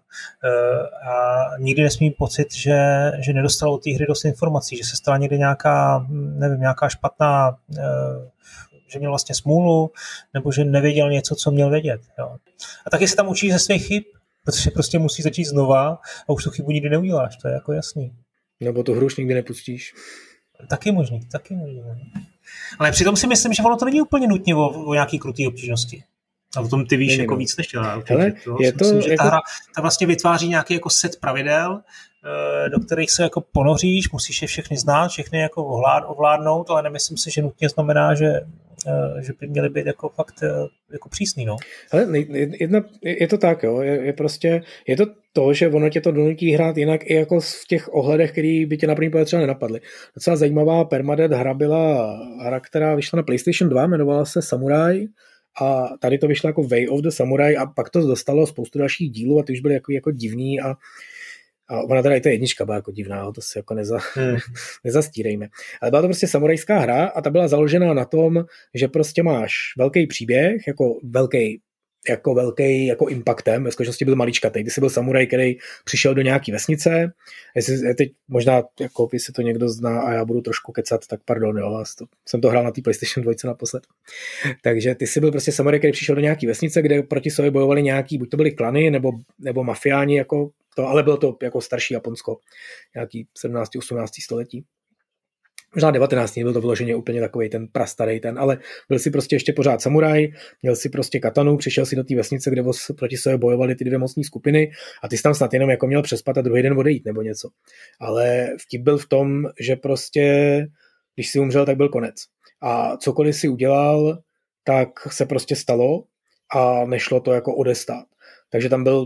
[SPEAKER 1] a nikdy nesmí mít pocit, že, že nedostal od té hry dost informací, že se stala někdy nějaká, nevím, nějaká špatná, že měl vlastně smůlu, nebo že nevěděl něco, co měl vědět. Jo. A taky se tam učí ze svých chyb, protože prostě musí začít znova a už tu chybu nikdy neuděláš, to je jako jasný.
[SPEAKER 2] Nebo tu hru už nikdy nepustíš.
[SPEAKER 1] Taky možný, taky možný. Ale přitom si myslím, že ono to není úplně nutně o, o nějaký krutý obtížnosti. A o tom ty víš není, jako no. víc než já.
[SPEAKER 2] Hele, je to
[SPEAKER 1] myslím, že
[SPEAKER 2] jako...
[SPEAKER 1] ta hra ta vlastně vytváří nějaký jako set pravidel, do kterých se jako ponoříš, musíš je všechny znát, všechny jako ovlád, ovládnout, ale nemyslím si, že nutně znamená, že, že by měly být jako fakt jako přísný. No.
[SPEAKER 2] Ale jedna, je to tak, jo, je, je prostě, je to to, že ono tě to donutí hrát jinak i jako v těch ohledech, který by tě na první pohled třeba nenapadly. Docela zajímavá permadeath hra byla hra, která vyšla na PlayStation dva, jmenovala se Samurai a tady to vyšlo jako Way of the Samurai a pak to dostalo spoustu dalších dílů a ty už byly jako, jako divný a A ona teda i ta jednička byla jako divná, to si jako neza, hmm. nezastírejme. Ale byla to prostě samurajská hra a ta byla založená na tom, že prostě máš velký příběh, jako velký, jako velký jako impactem, ve skutečnosti byl maličkatej. Ty jsi byl samuraj, který přišel do nějaký vesnice, jestli, teď možná, jako jestli to někdo zná a já budu trošku kecat, tak pardon, jo, to, jsem to hrál na té PlayStation dva naposled. Takže ty jsi byl prostě samuraj, který přišel do nějaký vesnice, kde proti sobě bojovali nějaký, buď to byly klany, nebo, nebo mafiáni, jako to, ale bylo to jako starší Japonsko, nějaký sedmnácté osmnácté století. Možná devatenácté byl to vyloženě úplně takovej ten prastarej ten, ale byl si prostě ještě pořád samuraj, měl si prostě katanu, přišel si do té vesnice, kde proti sobě bojovali ty dvě mocní skupiny a ty jsi tam snad jenom jako měl přespat a druhý den odejít nebo něco. Ale vtip byl v tom, že prostě, když si umřel, tak byl konec. A cokoliv si udělal, tak se prostě stalo a nešlo to jako odestát. Takže tam byl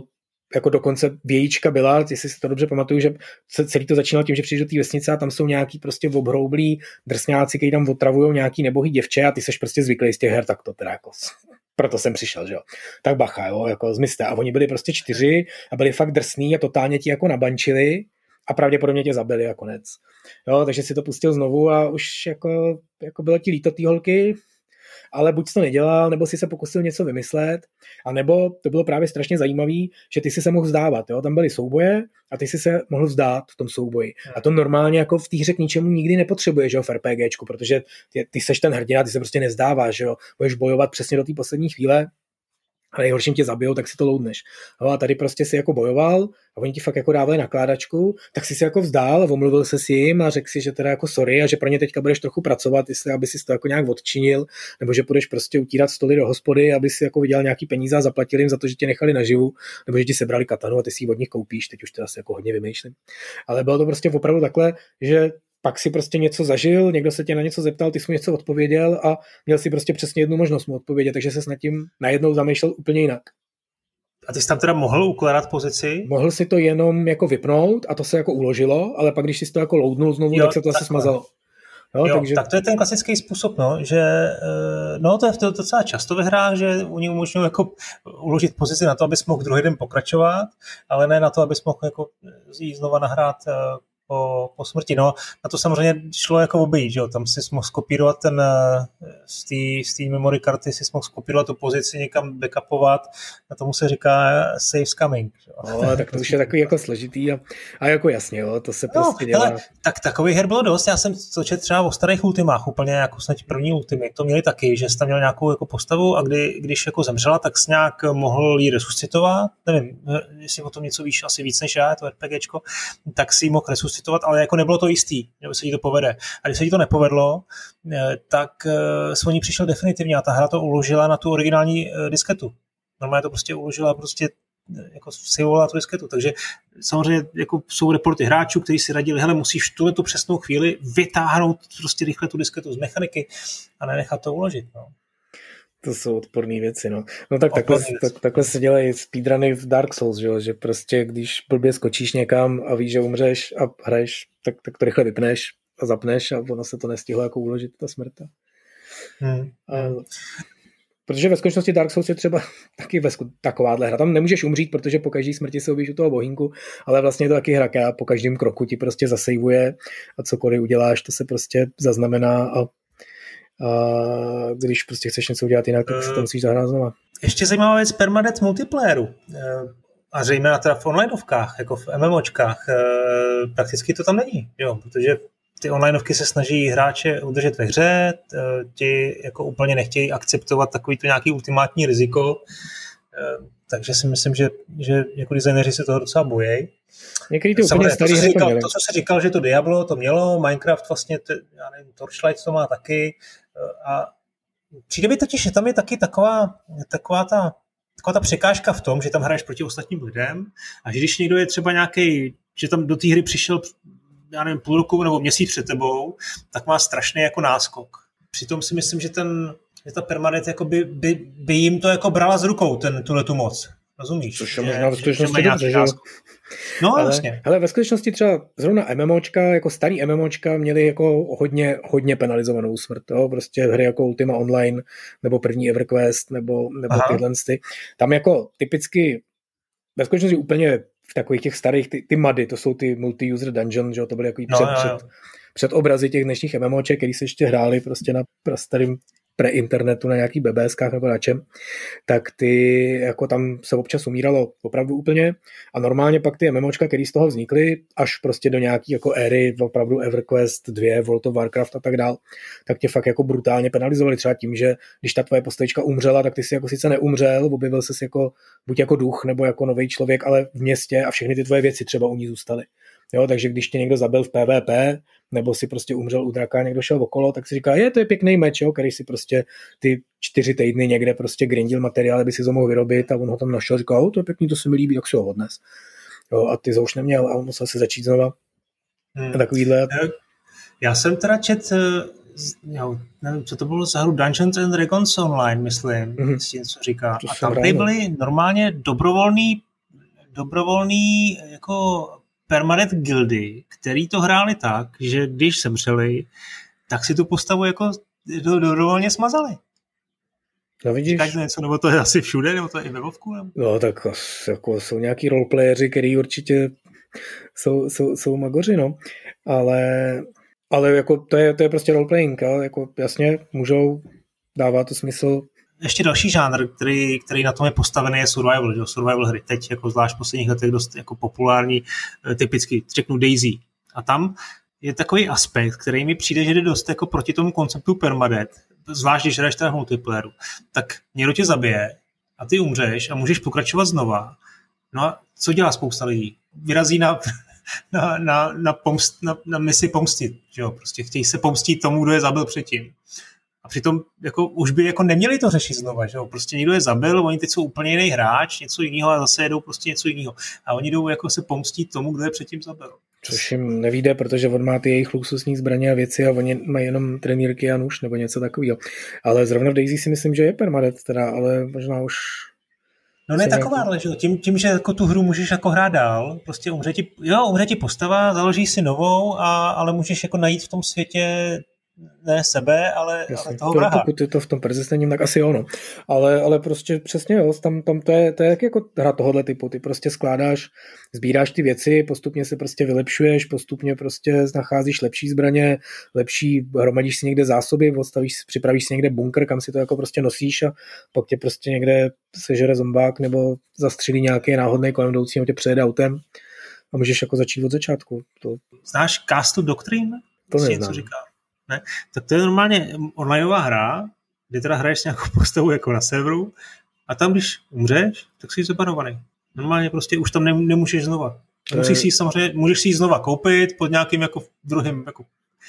[SPEAKER 2] jako dokonce vějíčka byla, jestli si to dobře pamatuju, že celý to začínalo tím, že přijdeš do té vesnice a tam jsou nějaký prostě obhroublí drsňáci, kteří tam otravujou nějaký nebohý děvče a ty seš prostě zvyklý z těch her, tak to teda jako proto jsem přišel, že jo. Tak bacha, jo, jako zmizte. A oni byli prostě čtyři a byli fakt drsný a totálně ti jako nabančili a pravděpodobně tě zabili a konec. Jo, takže si to pustil znovu a už jako, jako bylo ti líto té holky, ale buď to nedělal, nebo si se pokusil něco vymyslet, a nebo to bylo právě strašně zajímavý, že ty si se mohl vzdávat. Jo? Tam byly souboje a ty si se mohl vzdát v tom souboji. A to normálně jako v té hře k ničemu nikdy nepotřebuješ, jo, v RPGčku, protože ty, ty seš ten hrdina, ty se prostě nevzdáváš, že jo? Budeš bojovat přesně do té poslední chvíle, a nejhorším tě zabijou, tak si to loudneš. No a tady prostě si jako bojoval a oni ti fakt jako dávali nakládačku, tak si se jako vzdál a omluvil se s jim a řekl si, že teda jako sorry a že pro ně teďka budeš trochu pracovat, jestli aby si to jako nějak odčinil, nebo že budeš prostě utírat stoly do hospody, aby si jako vydělal nějaký peníze a zaplatil jim za to, že tě nechali naživu, nebo že ti sebrali katanu a ty si ji od nich koupíš, teď už teda se jako hodně vymýšlím. Ale bylo to prostě opravdu takhle, že pak si prostě něco zažil, někdo se tě na něco zeptal, ty jsi mu něco odpověděl a měl si prostě přesně jednu možnost mu odpovědět, takže ses nad tím najednou zamýšlel úplně jinak.
[SPEAKER 1] A ty jsi tam teda mohl ukládat pozici?
[SPEAKER 2] Mohl si to jenom jako vypnout a to se jako uložilo, ale pak když jsi to jako loadnul znovu, jo, tak se to zase smazalo.
[SPEAKER 1] Jo, jo, takže... Tak to je ten klasický způsob, no, že no, to je to docela často ve hrách, že oni umožňují jako uložit pozici na to, abys mohl druhý den pokračovat, ale ne na to, abys mohl jako jít znova nahrát Po, po smrti. No, na to samozřejmě šlo jako obejít, že jo, tam si mohl skopírovat ten, z té memory karty si mohl skopírovat tu pozici, někam backupovat, na tomu se říká save coming.
[SPEAKER 2] No, tak to už je takový jako složitý a, a jako jasně, jo, to se no, prostě dělá.
[SPEAKER 1] Hele, tak takových her bylo dost, já jsem to četl třeba o starých ultimách, úplně jako snad první ultimy, to měli taky, že jsi tam měl nějakou jako postavu a kdy, když jako zemřela, tak jsi nějak mohl jí resuscitovat, nevím, jestli o tom něco víš, asi víc než já, to RPGčko, tak si jí mohl resuscitovat, ale jako nebylo to jistý, že se jí to povede. A když se jí to nepovedlo, tak s ní přišel definitivně a ta hra to uložila na tu originální disketu. Normálně to prostě uložila, prostě jako saveovala tu disketu. Takže samozřejmě jako jsou reporty hráčů, kteří si radili, hele, musíš v tuhletu přesnou chvíli vytáhnout prostě rychle tu disketu z mechaniky a nenechat to uložit. No.
[SPEAKER 2] To jsou odporné věci, no. No tak takhle, tak, takhle se dělají speedruny v Dark Souls, že? Že prostě když blbě skočíš někam a víš, že umřeš a hraješ, tak, tak to rychle vypneš a zapneš a ono se to nestihlo jako uložit, ta smrt. Hmm. A, protože ve skutečnosti Dark Souls je třeba taky ve sku- takováhle hra. Tam nemůžeš umřít, protože po každé smrti se objíš u toho bohínku, ale vlastně je to taky hra, která po každém kroku ti prostě zasejvuje a cokoliv uděláš, to se prostě zaznamená a a když prostě chceš něco udělat jinak, tak si to musíš zahrát znova.
[SPEAKER 1] Ještě zajímavá věc permanent multiplayeru. A zejména teda v onlineovkách, jako v MMOčkách, prakticky to tam není, jo, protože ty onlineovky se snaží hráče udržet ve hře, ti jako úplně nechtějí akceptovat takovýto nějaký ultimátní riziko, takže si myslím, že, že jako designéři se toho docela bojí.
[SPEAKER 2] Někdy to úplně starý hry
[SPEAKER 1] to, to, co jsi říkal, že to Diablo to mělo, Minecraft vlastně, to, já nevím, Torchlight to má taky a přijde mi totiž, že tam je taky taková, taková ta taková ta překážka v tom, že tam hraješ proti ostatním lidem a že když někdo je třeba nějaký, že tam do té hry přišel já nevím, půl roku nebo měsíc před tebou, tak má strašný jako náskok. Přitom si myslím, že ten že ta permanent jako by, by, by jim to jako brala z rukou, ten, tuhletu moc. Rozumíš?
[SPEAKER 2] Což je možná ve skutečnosti dobře, že?
[SPEAKER 1] No,
[SPEAKER 2] ale,
[SPEAKER 1] vlastně.
[SPEAKER 2] Ale ve skutečnosti třeba zrovna MMOčka, jako starý MMOčka měli jako hodně, hodně penalizovanou smrt. Jo? Prostě hry jako Ultima Online, nebo první EverQuest, nebo, nebo tyhle ty. Tam jako typicky ve skutečnosti úplně v takových těch starých, ty, ty mady, to jsou ty multi-user dungeon, že? To byly jako
[SPEAKER 1] no,
[SPEAKER 2] před,
[SPEAKER 1] jo, jo.
[SPEAKER 2] před, před obrazy těch dnešních MMOček, který se ještě hráli prostě na starým pre-internetu na nějakých BBSkách nebo na čem, tak ty, jako tam se občas umíralo opravdu úplně a normálně pak ty MMOčka, které z toho vznikly, až prostě do nějaký jako éry opravdu EverQuest dva, World of Warcraft a tak dál, tak tě fakt jako brutálně penalizovali třeba tím, že když ta tvoje postavička umřela, tak ty si jako sice neumřel, objevil ses jako buď jako duch nebo jako nový člověk, ale v městě a všechny ty tvoje věci třeba u ní zůstaly. Jo, takže když tě někdo zabil v P V P, nebo si prostě umřel u draka, někdo šel okolo, tak si říká, je, to je pěkný meč, jo, který si prostě ty čtyři týdny někde prostě grindil materiál, aby si ho mohl vyrobit a on ho tam našel, říká, to je pěkný, to se mi líbí, tak si ho odnes. Jo, a ty ho už neměl a on musel se začít znova. Hmm. A takovýhle.
[SPEAKER 1] Já jsem teda čet, jo, nevím, co to bylo za hru, Dungeons and Dragons Online, myslím, mm-hmm. s tím, co říká. To a tam byly normálně dobrovolný dobrovolný jako permadeath guildy, který to hráli tak, že když zemřeli, tak si tu postavu jako dobrovolně smazali.
[SPEAKER 2] No vidíš.
[SPEAKER 1] Říkáš něco, nebo to je asi všude, nebo to je i ve Vovku? Nebo?
[SPEAKER 2] No tak jako jsou nějaký roleplayeři, který určitě jsou, jsou, jsou magoři, no. Ale, ale jako to je, to je prostě roleplaying, ale jako jasně můžou, dává to smysl.
[SPEAKER 1] Ještě další žánr, který, který na tom je postavený, je survival, že? Survival hry. Teď jako zvlášť v posledních letech dost jako populární, typicky řeknu DayZ. A tam je takový aspekt, který mi přijde, že jde dost jako proti tomu konceptu permadeath, zvlášť když hraješ teda multiplayeru, tak někdo tě zabije a ty umřeš a můžeš pokračovat znova. No a co dělá spousta lidí? Vyrazí na, na, na, na, pomst, na, na misi pomstit. Že jo? Prostě chtějí se pomstit tomu, kdo je zabil předtím. A přitom jako, už by jako neměli to řešit znova. Že jo? Prostě někdo je zabil, oni teď jsou úplně jiný hráč, něco jiného a zase jedou prostě něco jiného. A oni jdou jako se pomstit tomu, kdo je předtím zabil.
[SPEAKER 2] Což jim nevíde, protože on má ty jejich luxusní zbraně a věci a oni mají jenom trenýrky a nůž nebo něco takového. Ale zrovna v DayZ si myslím, že je permadeath teda, ale možná už...
[SPEAKER 1] No ne taková, ale že tím, tím, že jako tu hru můžeš jako hrát dál, prostě umře ti, jo, umře ti postava, založíš si novou, a, ale můžeš jako najít v tom světě ne sebe, ale, ale toho
[SPEAKER 2] to,
[SPEAKER 1] vraha.
[SPEAKER 2] Pokud je to v tom persistentním, tak asi ono. Ale, ale prostě přesně jo, tam, tam to je, to je jako hra tohohle typu. Ty prostě skládáš, sbíráš ty věci, postupně se prostě vylepšuješ, postupně prostě nacházíš lepší zbraně, lepší, hromadíš si někde zásoby, odstavíš, připravíš si někde bunkr, kam si to jako prostě nosíš a pak tě prostě někde sežere zombák nebo zastřelí nějaký náhodný kolem jdoucí, tě přejede autem a můžeš jako začít od začátku. To...
[SPEAKER 1] Znáš Castle Doctrine?
[SPEAKER 2] To neznám.
[SPEAKER 1] Ne? Tak to je normálně onlineová hra, kde teda hraješ nějakou postavu jako na serveru a tam, když umřeš, tak jsi zabanovaný. Normálně prostě už tam nemůžeš znova. Musíš si samozřejmě, můžeš si ji znova koupit pod nějakým jako druhým jako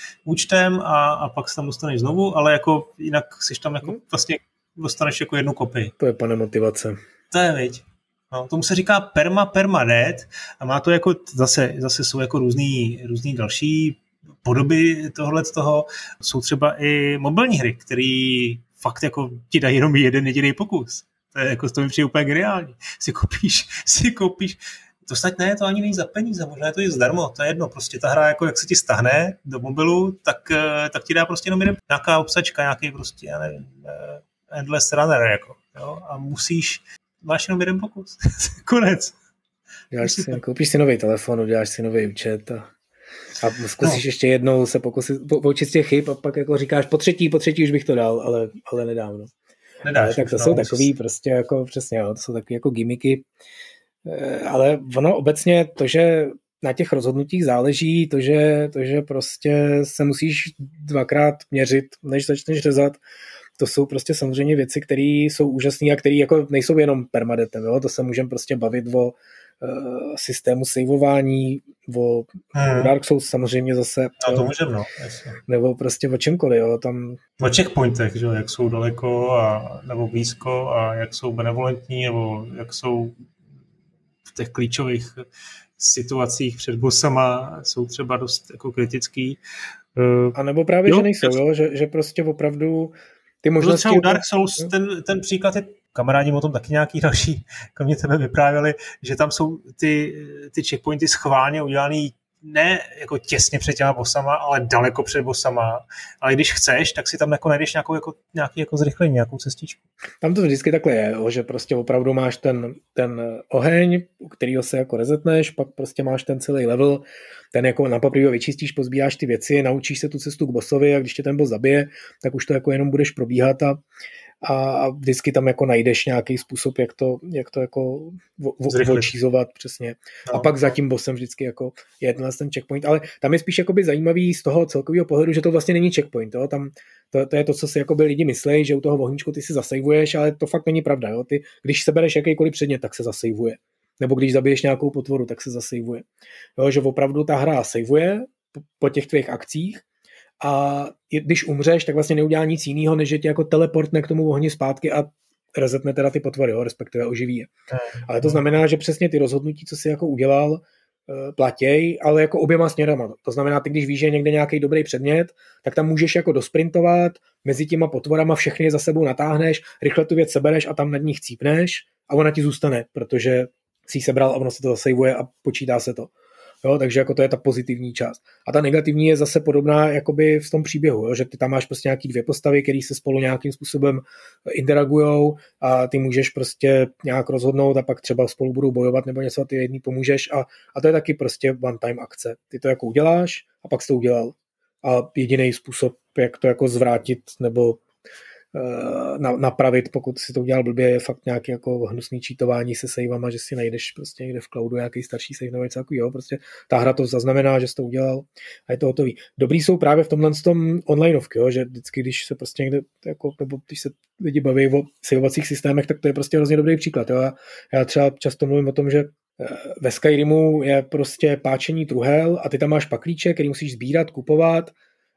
[SPEAKER 1] účtem a, a pak se tam dostaneš znovu, ale jako jinak jsi tam jako vlastně dostaneš jako jednu kopii.
[SPEAKER 2] To je pane motivace.
[SPEAKER 1] To je, viď. No, tomu se říká perma permadeath a má to jako zase, zase jsou jako různý, různý další podoby tohle z toho. Jsou třeba i mobilní hry, které fakt jako ti dají jenom jeden jediný pokus. To je jako, to mi přijde úplně geniální. Si koupíš, si koupíš, to snad ne, to ani není za peníze, možná je to i zdarma, to je jedno, prostě ta hra, jako jak se ti stahne do mobilu, tak, tak ti dá prostě jenom jeden, nějaká obsačka, nějaký prostě, já nevím, endless runner, jako, jo, a musíš, máš jenom jeden pokus. Konec.
[SPEAKER 2] Děláš si, koupíš si nový telefon, uděláš si nový účet a A zkusíš no. ještě jednou se pokusit poučit z těch chyb a pak jako říkáš po třetí, po třetí už bych to dal, ale, ale nedávno.
[SPEAKER 1] Nedáš,
[SPEAKER 2] tak to
[SPEAKER 1] no,
[SPEAKER 2] jsou takový prostě jako přesně, jo, to jsou takový jako gimmicky, ale ono obecně to, že na těch rozhodnutích záleží, to, že, to, že prostě se musíš dvakrát měřit, než začneš řezat, to jsou prostě samozřejmě věci, které jsou úžasné a které jako nejsou jenom permadetem, jo, to se můžeme prostě bavit o systému saveování, o hmm. Dark Souls samozřejmě zase.
[SPEAKER 1] A to můžeme, no. Jasně.
[SPEAKER 2] Nebo prostě o čemkoliv, jo, tam...
[SPEAKER 1] O checkpointech, že jak jsou daleko a, nebo blízko a jak jsou benevolentní, nebo jak jsou v těch klíčových situacích před bossama jsou třeba dost jako kritický.
[SPEAKER 2] A nebo právě, jo, že nejsou, jo, že, že prostě opravdu ty možnosti...
[SPEAKER 1] Třeba u Dark Souls ten, ten příklad je, kamarádi o tom taky nějaký další, kromě tebe vyprávěli, že tam jsou ty, ty checkpointy schválně udělaný ne jako těsně před těma bossama, ale daleko před bossama. Ale když chceš, tak si tam jako najdeš nějakou, jako, nějaký jako zrychlení, nějakou cestičku.
[SPEAKER 2] Tam to vždycky takhle je, že prostě opravdu máš ten, ten oheň, u kterého se jako rezetneš, pak prostě máš ten celý level, ten jako na papíru vyčistíš, pozbíráš ty věci, naučíš se tu cestu k bossovi a když tě ten boss zabije, tak už to jako jenom budeš probíhat a a vždycky tam jako najdeš nějaký způsob, jak to, jak to jako odčízovat přesně. No, a pak no. za tím bossem vždycky jako je tenhle ten checkpoint, ale tam je spíš jakoby zajímavý z toho celkového pohledu, že to vlastně není checkpoint, jo? Tam to, to je to, co si jakoby lidi myslejí, že u toho ohníčku ty si zasejvuješ, ale to fakt není pravda, jo? Ty, když sebereš jakýkoliv předmět, tak se zasejvuje. Nebo když zabiješ nějakou potvoru, tak se zasejvuje. Jo, že opravdu ta hra sejvuje po, po těch tvých akcích. A když umřeš, tak vlastně neudělá nic jiného, než že tě jako teleportne k tomu ohni zpátky a rezetne teda ty potvory, jo, respektive oživí je. Ale to znamená, že přesně ty rozhodnutí, co jsi jako udělal, platěj, ale jako oběma směrama. To znamená, ty když víš, že je někde nějaký dobrý předmět, tak tam můžeš jako dosprintovat, mezi těma potvorama všechny je za sebou natáhneš, rychle tu věc sebereš a tam nad ní chcípneš a ona ti zůstane, protože si sebral a ono se to zasejvuje a počítá se to. Jo, takže jako to je ta pozitivní část. A ta negativní je zase podobná jakoby v tom příběhu, jo, že ty tam máš prostě nějaký dvě postavy, které se spolu nějakým způsobem interagujou a ty můžeš prostě nějak rozhodnout a pak třeba spolu budou bojovat nebo něco a ty jedný pomůžeš a, a to je taky prostě one time akce. Ty to jako uděláš a pak jsi to udělal. A jediný způsob, jak to jako zvrátit nebo Na, napravit, pokud si to udělal blbě, je fakt nějaký jako hnusný čítování se saveama, že si najdeš prostě někde v cloudu nějaký starší save nebo něco takového. Prostě ta hra to zaznamená, že jsi to udělal a je to hotový. Dobrý jsou právě v tomhle tom onlineovky, jo, že vždycky, když se prostě někde, jako, nebo když se lidi baví o saveovacích systémech, tak to je prostě hrozně dobrý příklad. Jo. Já, já třeba často mluvím o tom, že ve Skyrimu je prostě páčení truhel a ty tam máš paklíče, který musíš sbírat, kupovat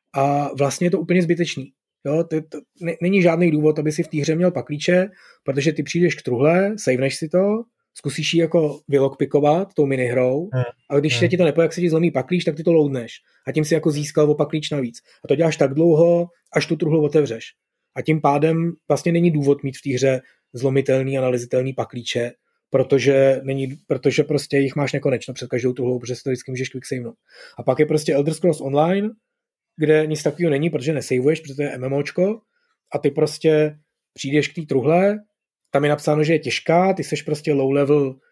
[SPEAKER 2] a vlastně je to úplně zbytečný. Jo, to, to, není žádný důvod, aby si v té hře měl paklíče, protože ty přijdeš k truhle, saveneš si to, zkusíš ji jako vylogpikovat tou minihrou, hmm. a když se ti to nepoje, jak se ti zlomí paklíč, tak ty to loadneš. A tím si jako získal o paklíč navíc. A to děláš tak dlouho, až tu truhlu otevřeš. A tím pádem vlastně není důvod mít v té hře zlomitelný, analyzitelný paklíče, protože, není, protože prostě jich máš nekonečno před každou truhlou, protože si to vždycky můžeš quicksavenout. A pak je prostě Elder Scrolls Online, kde nic takového není, protože nesavuješ, protože to je MMOčko a ty prostě přijdeš k té truhle, tam je napsáno, že je těžká, ty seš prostě low level uh,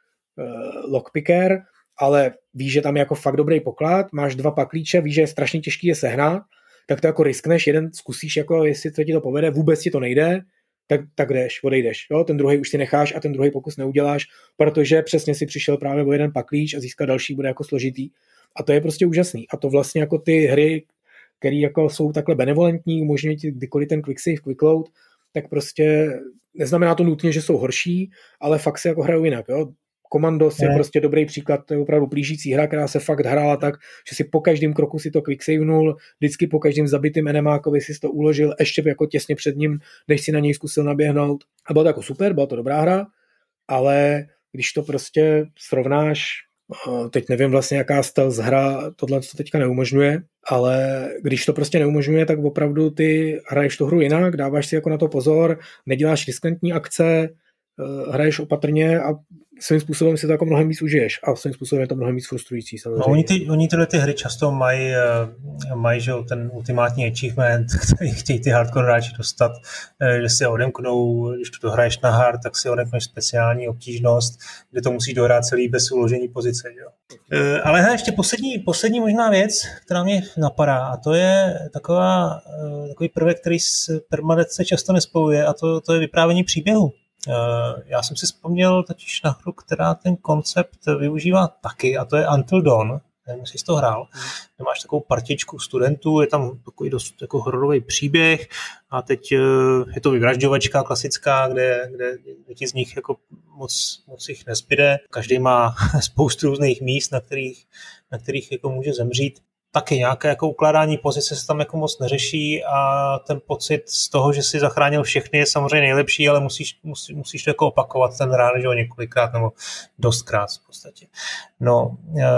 [SPEAKER 2] lockpicker, ale víš, že tam je jako fakt dobrý poklad, máš dva paklíče, víš, že je strašně těžký je sehnat, tak to jako riskneš, jeden zkusíš, jako jestli to ti to povede, vůbec ti to nejde, tak, tak jdeš, odejdeš. Jo? Ten druhý už si necháš a ten druhý pokus neuděláš, protože přesně si přišel právě o jeden paklíč a získat další bude jako složitý. A to je prostě úžasný. A to vlastně jako ty hry, které jako jsou takhle benevolentní, umožňují ti kdykoliv ten quick save, quick load, tak prostě neznamená to nutně, že jsou horší, ale fakt se jako hrajou jinak. Jo? Commandos je prostě dobrý příklad, to je opravdu plížící hra, která se fakt hrála tak, že si po každém kroku si to quick savenul, vždycky po každém zabitým enemákovi si to uložil, ještě jako těsně před ním, než si na něj zkusil naběhnout. A bylo to jako super, byla to dobrá hra, ale když to prostě srovnáš, teď nevím vlastně, jaká stealth hra tohle to teďka neumožňuje, ale když to prostě neumožňuje, tak opravdu ty hraješ tu hru jinak, dáváš si jako na to pozor, neděláš riskantní akce, hraješ opatrně a svým způsobem si to jako mnohem víc užiješ a svým způsobem je to mnohem víc frustrující.
[SPEAKER 1] No, oni, ty, oni tyhle ty hry často mají, mají že, ten ultimátní achievement, který chtějí ty hardcore hráči dostat, že si odemknou, když to dohraješ na hard, tak si odemkneš speciální obtížnost, kde to musíš dohrát celý bez uložení pozice. Že? Ale he, ještě poslední, poslední možná věc, která mě napadá, a to je taková, takový prvek, který s permanentně často nespojuje, a to, to je vyprávění příběhu. Já jsem si vzpomněl totiž na hru, která ten koncept využívá taky, a to je Until Dawn. Nevím, jestli jsi to hrál. Hmm. Máš takovou partičku studentů, je tam takový dost jako hororový příběh a teď je to vyvražďovačka klasická, kde, kde, kde ti z nich jako moc, moc jich nezbyde. Každý má spoustu různých míst, na kterých, na kterých jako může zemřít. Taky nějaké jako ukládání pozice se tam jako moc neřeší a ten pocit z toho, že si zachránil všechny, je samozřejmě nejlepší, ale musíš, musí, musíš to jako opakovat ten rán, že jo, několikrát nebo dostkrát v podstatě. No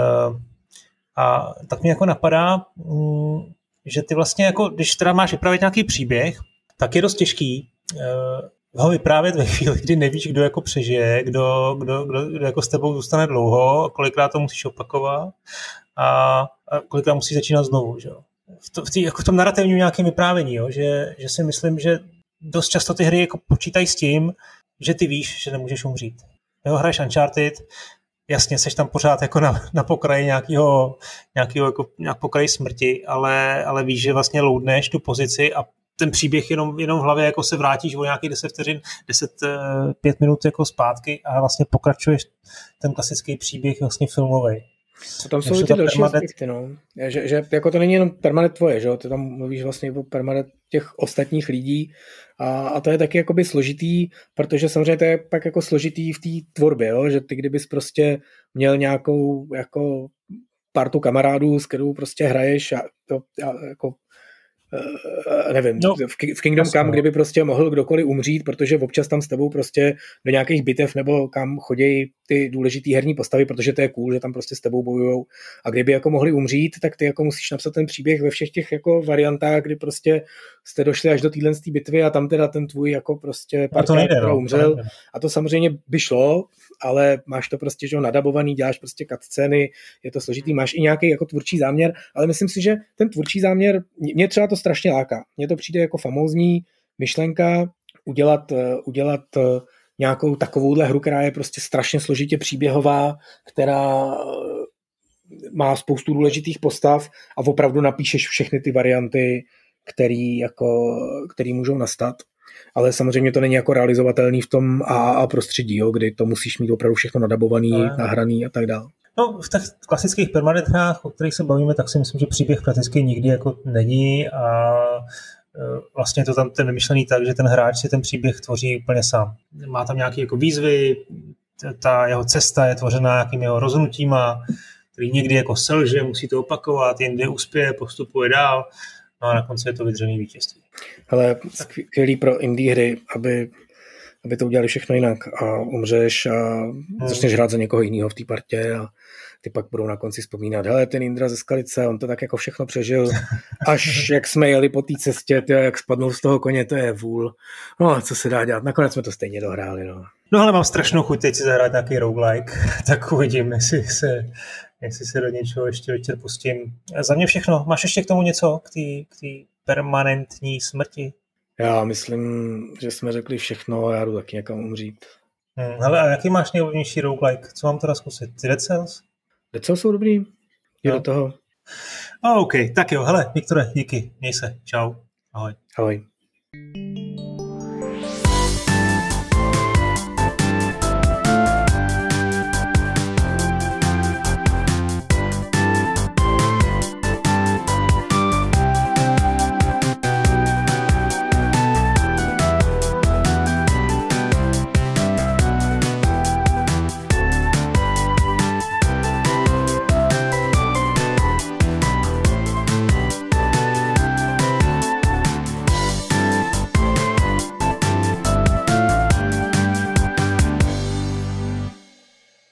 [SPEAKER 1] a tak mě jako napadá, že ty vlastně jako, když teda máš vyprávět nějaký příběh, tak je dost těžký ho vyprávět ve chvíli, kdy nevíš, kdo jako přežije, kdo, kdo, kdo, kdo jako s tebou zůstane dlouho, kolikrát to musíš opakovat a, a kolikrát musíš začínat znovu. Že? V, to, v, tý, jako v tom narrativním nějakém vyprávění, jo? Že, že si myslím, že dost často ty hry jako počítají s tím, že ty víš, že nemůžeš umřít. Jo, hraješ Uncharted, jasně, seš tam pořád jako na, na pokraji nějakého, nějakého jako, nějak pokraji smrti, ale, ale víš, že vlastně loadneš tu pozici a ten příběh jenom, jenom v hlavě jako se vrátíš o nějakých deset vteřin, deset, pět minut jako zpátky a vlastně pokračuješ ten klasický příběh vlastně filmovej.
[SPEAKER 2] A tam jsou i ty další permanet... aspekty, no. Že, že jako to není jenom permanet tvoje, že jo? Ty tam mluvíš vlastně o permanet těch ostatních lidí a, a to je taky jakoby složitý, protože samozřejmě to je pak jako složitý v té tvorbě, jo? Že ty kdybys prostě měl nějakou jako partu kamarádů, s kterou prostě hraješ a, to, a jako nevím,
[SPEAKER 1] no,
[SPEAKER 2] v Kingdom Come, kdyby prostě mohl kdokoliv umřít, protože občas tam s tebou prostě do nějakých bitev nebo kam chodí ty důležitý herní postavy, protože to je cool, že tam prostě s tebou bojujou. A kdyby jako mohli umřít, tak ty jako musíš napsat ten příběh ve všech těch jako variantách, kdy prostě jste došli až do téhle bitvy a tam teda ten tvůj jako prostě partner no, umřel. To a to samozřejmě by šlo, ale máš to prostě, že nadabovaný, děláš prostě cutscény, je to složitý, máš i nějaký jako tvůrčí záměr, ale myslím si, že ten tvůrčí záměr, mě třeba to strašně láká. Mně to přijde jako famózní myšlenka udělat, udělat nějakou takovouhle hru, která je prostě strašně složitě příběhová, která má spoustu důležitých postav a opravdu napíšeš všechny ty varianty, který, jako, který můžou nastat. Ale samozřejmě to není jako realizovatelný v tom A A prostředí, jo, kdy to musíš mít opravdu všechno nadabovaný, no, nahraný a tak dále.
[SPEAKER 1] No, v těch klasických permanent hrách, o kterých se bavíme, tak si myslím, že příběh prakticky nikdy jako není a vlastně to tam ten vymyšlený tak, že ten hráč si ten příběh tvoří úplně sám. Má tam nějaké jako výzvy, ta jeho cesta je tvořena nějakým jeho rozhodnutíma, který někdy jako selže, musí to opakovat, jindy uspěje, postupuje dál, no a na konci je to vydřený vítězství.
[SPEAKER 2] Ale skvělý pro indie hry, aby, aby to udělali všechno jinak a umřeš a hmm. začneš hrát za někoho jiného v té partě a ty pak budou na konci vzpomínat, hele, ten Indra ze Skalice, on to tak jako všechno přežil, až jak jsme jeli po té cestě, tyjo, jak spadnul z toho koně, to je vůl. No, co se dá dělat, nakonec jsme to stejně dohráli, no.
[SPEAKER 1] No, ale mám strašnou chuť teď si zahrát nějaký roguelike, tak uvidím, jestli se, jestli se do něčeho ještě večer pustím. Za mě všechno. Máš ještě k tomu něco, k té permanentní smrti?
[SPEAKER 2] Já myslím, že jsme řekli všechno a já jdu taky někam umřít.
[SPEAKER 1] Hmm, hele, a jaký máš nejoblíbenější roguelike? Co mám teda zkusit? Ty Dead Cells?
[SPEAKER 2] Dead Cells jsou dobrý. Jde do toho.
[SPEAKER 1] Oh, OK, tak jo, hele, Viktore, díky. Měj se. Čau. Ahoj.
[SPEAKER 2] Ahoj.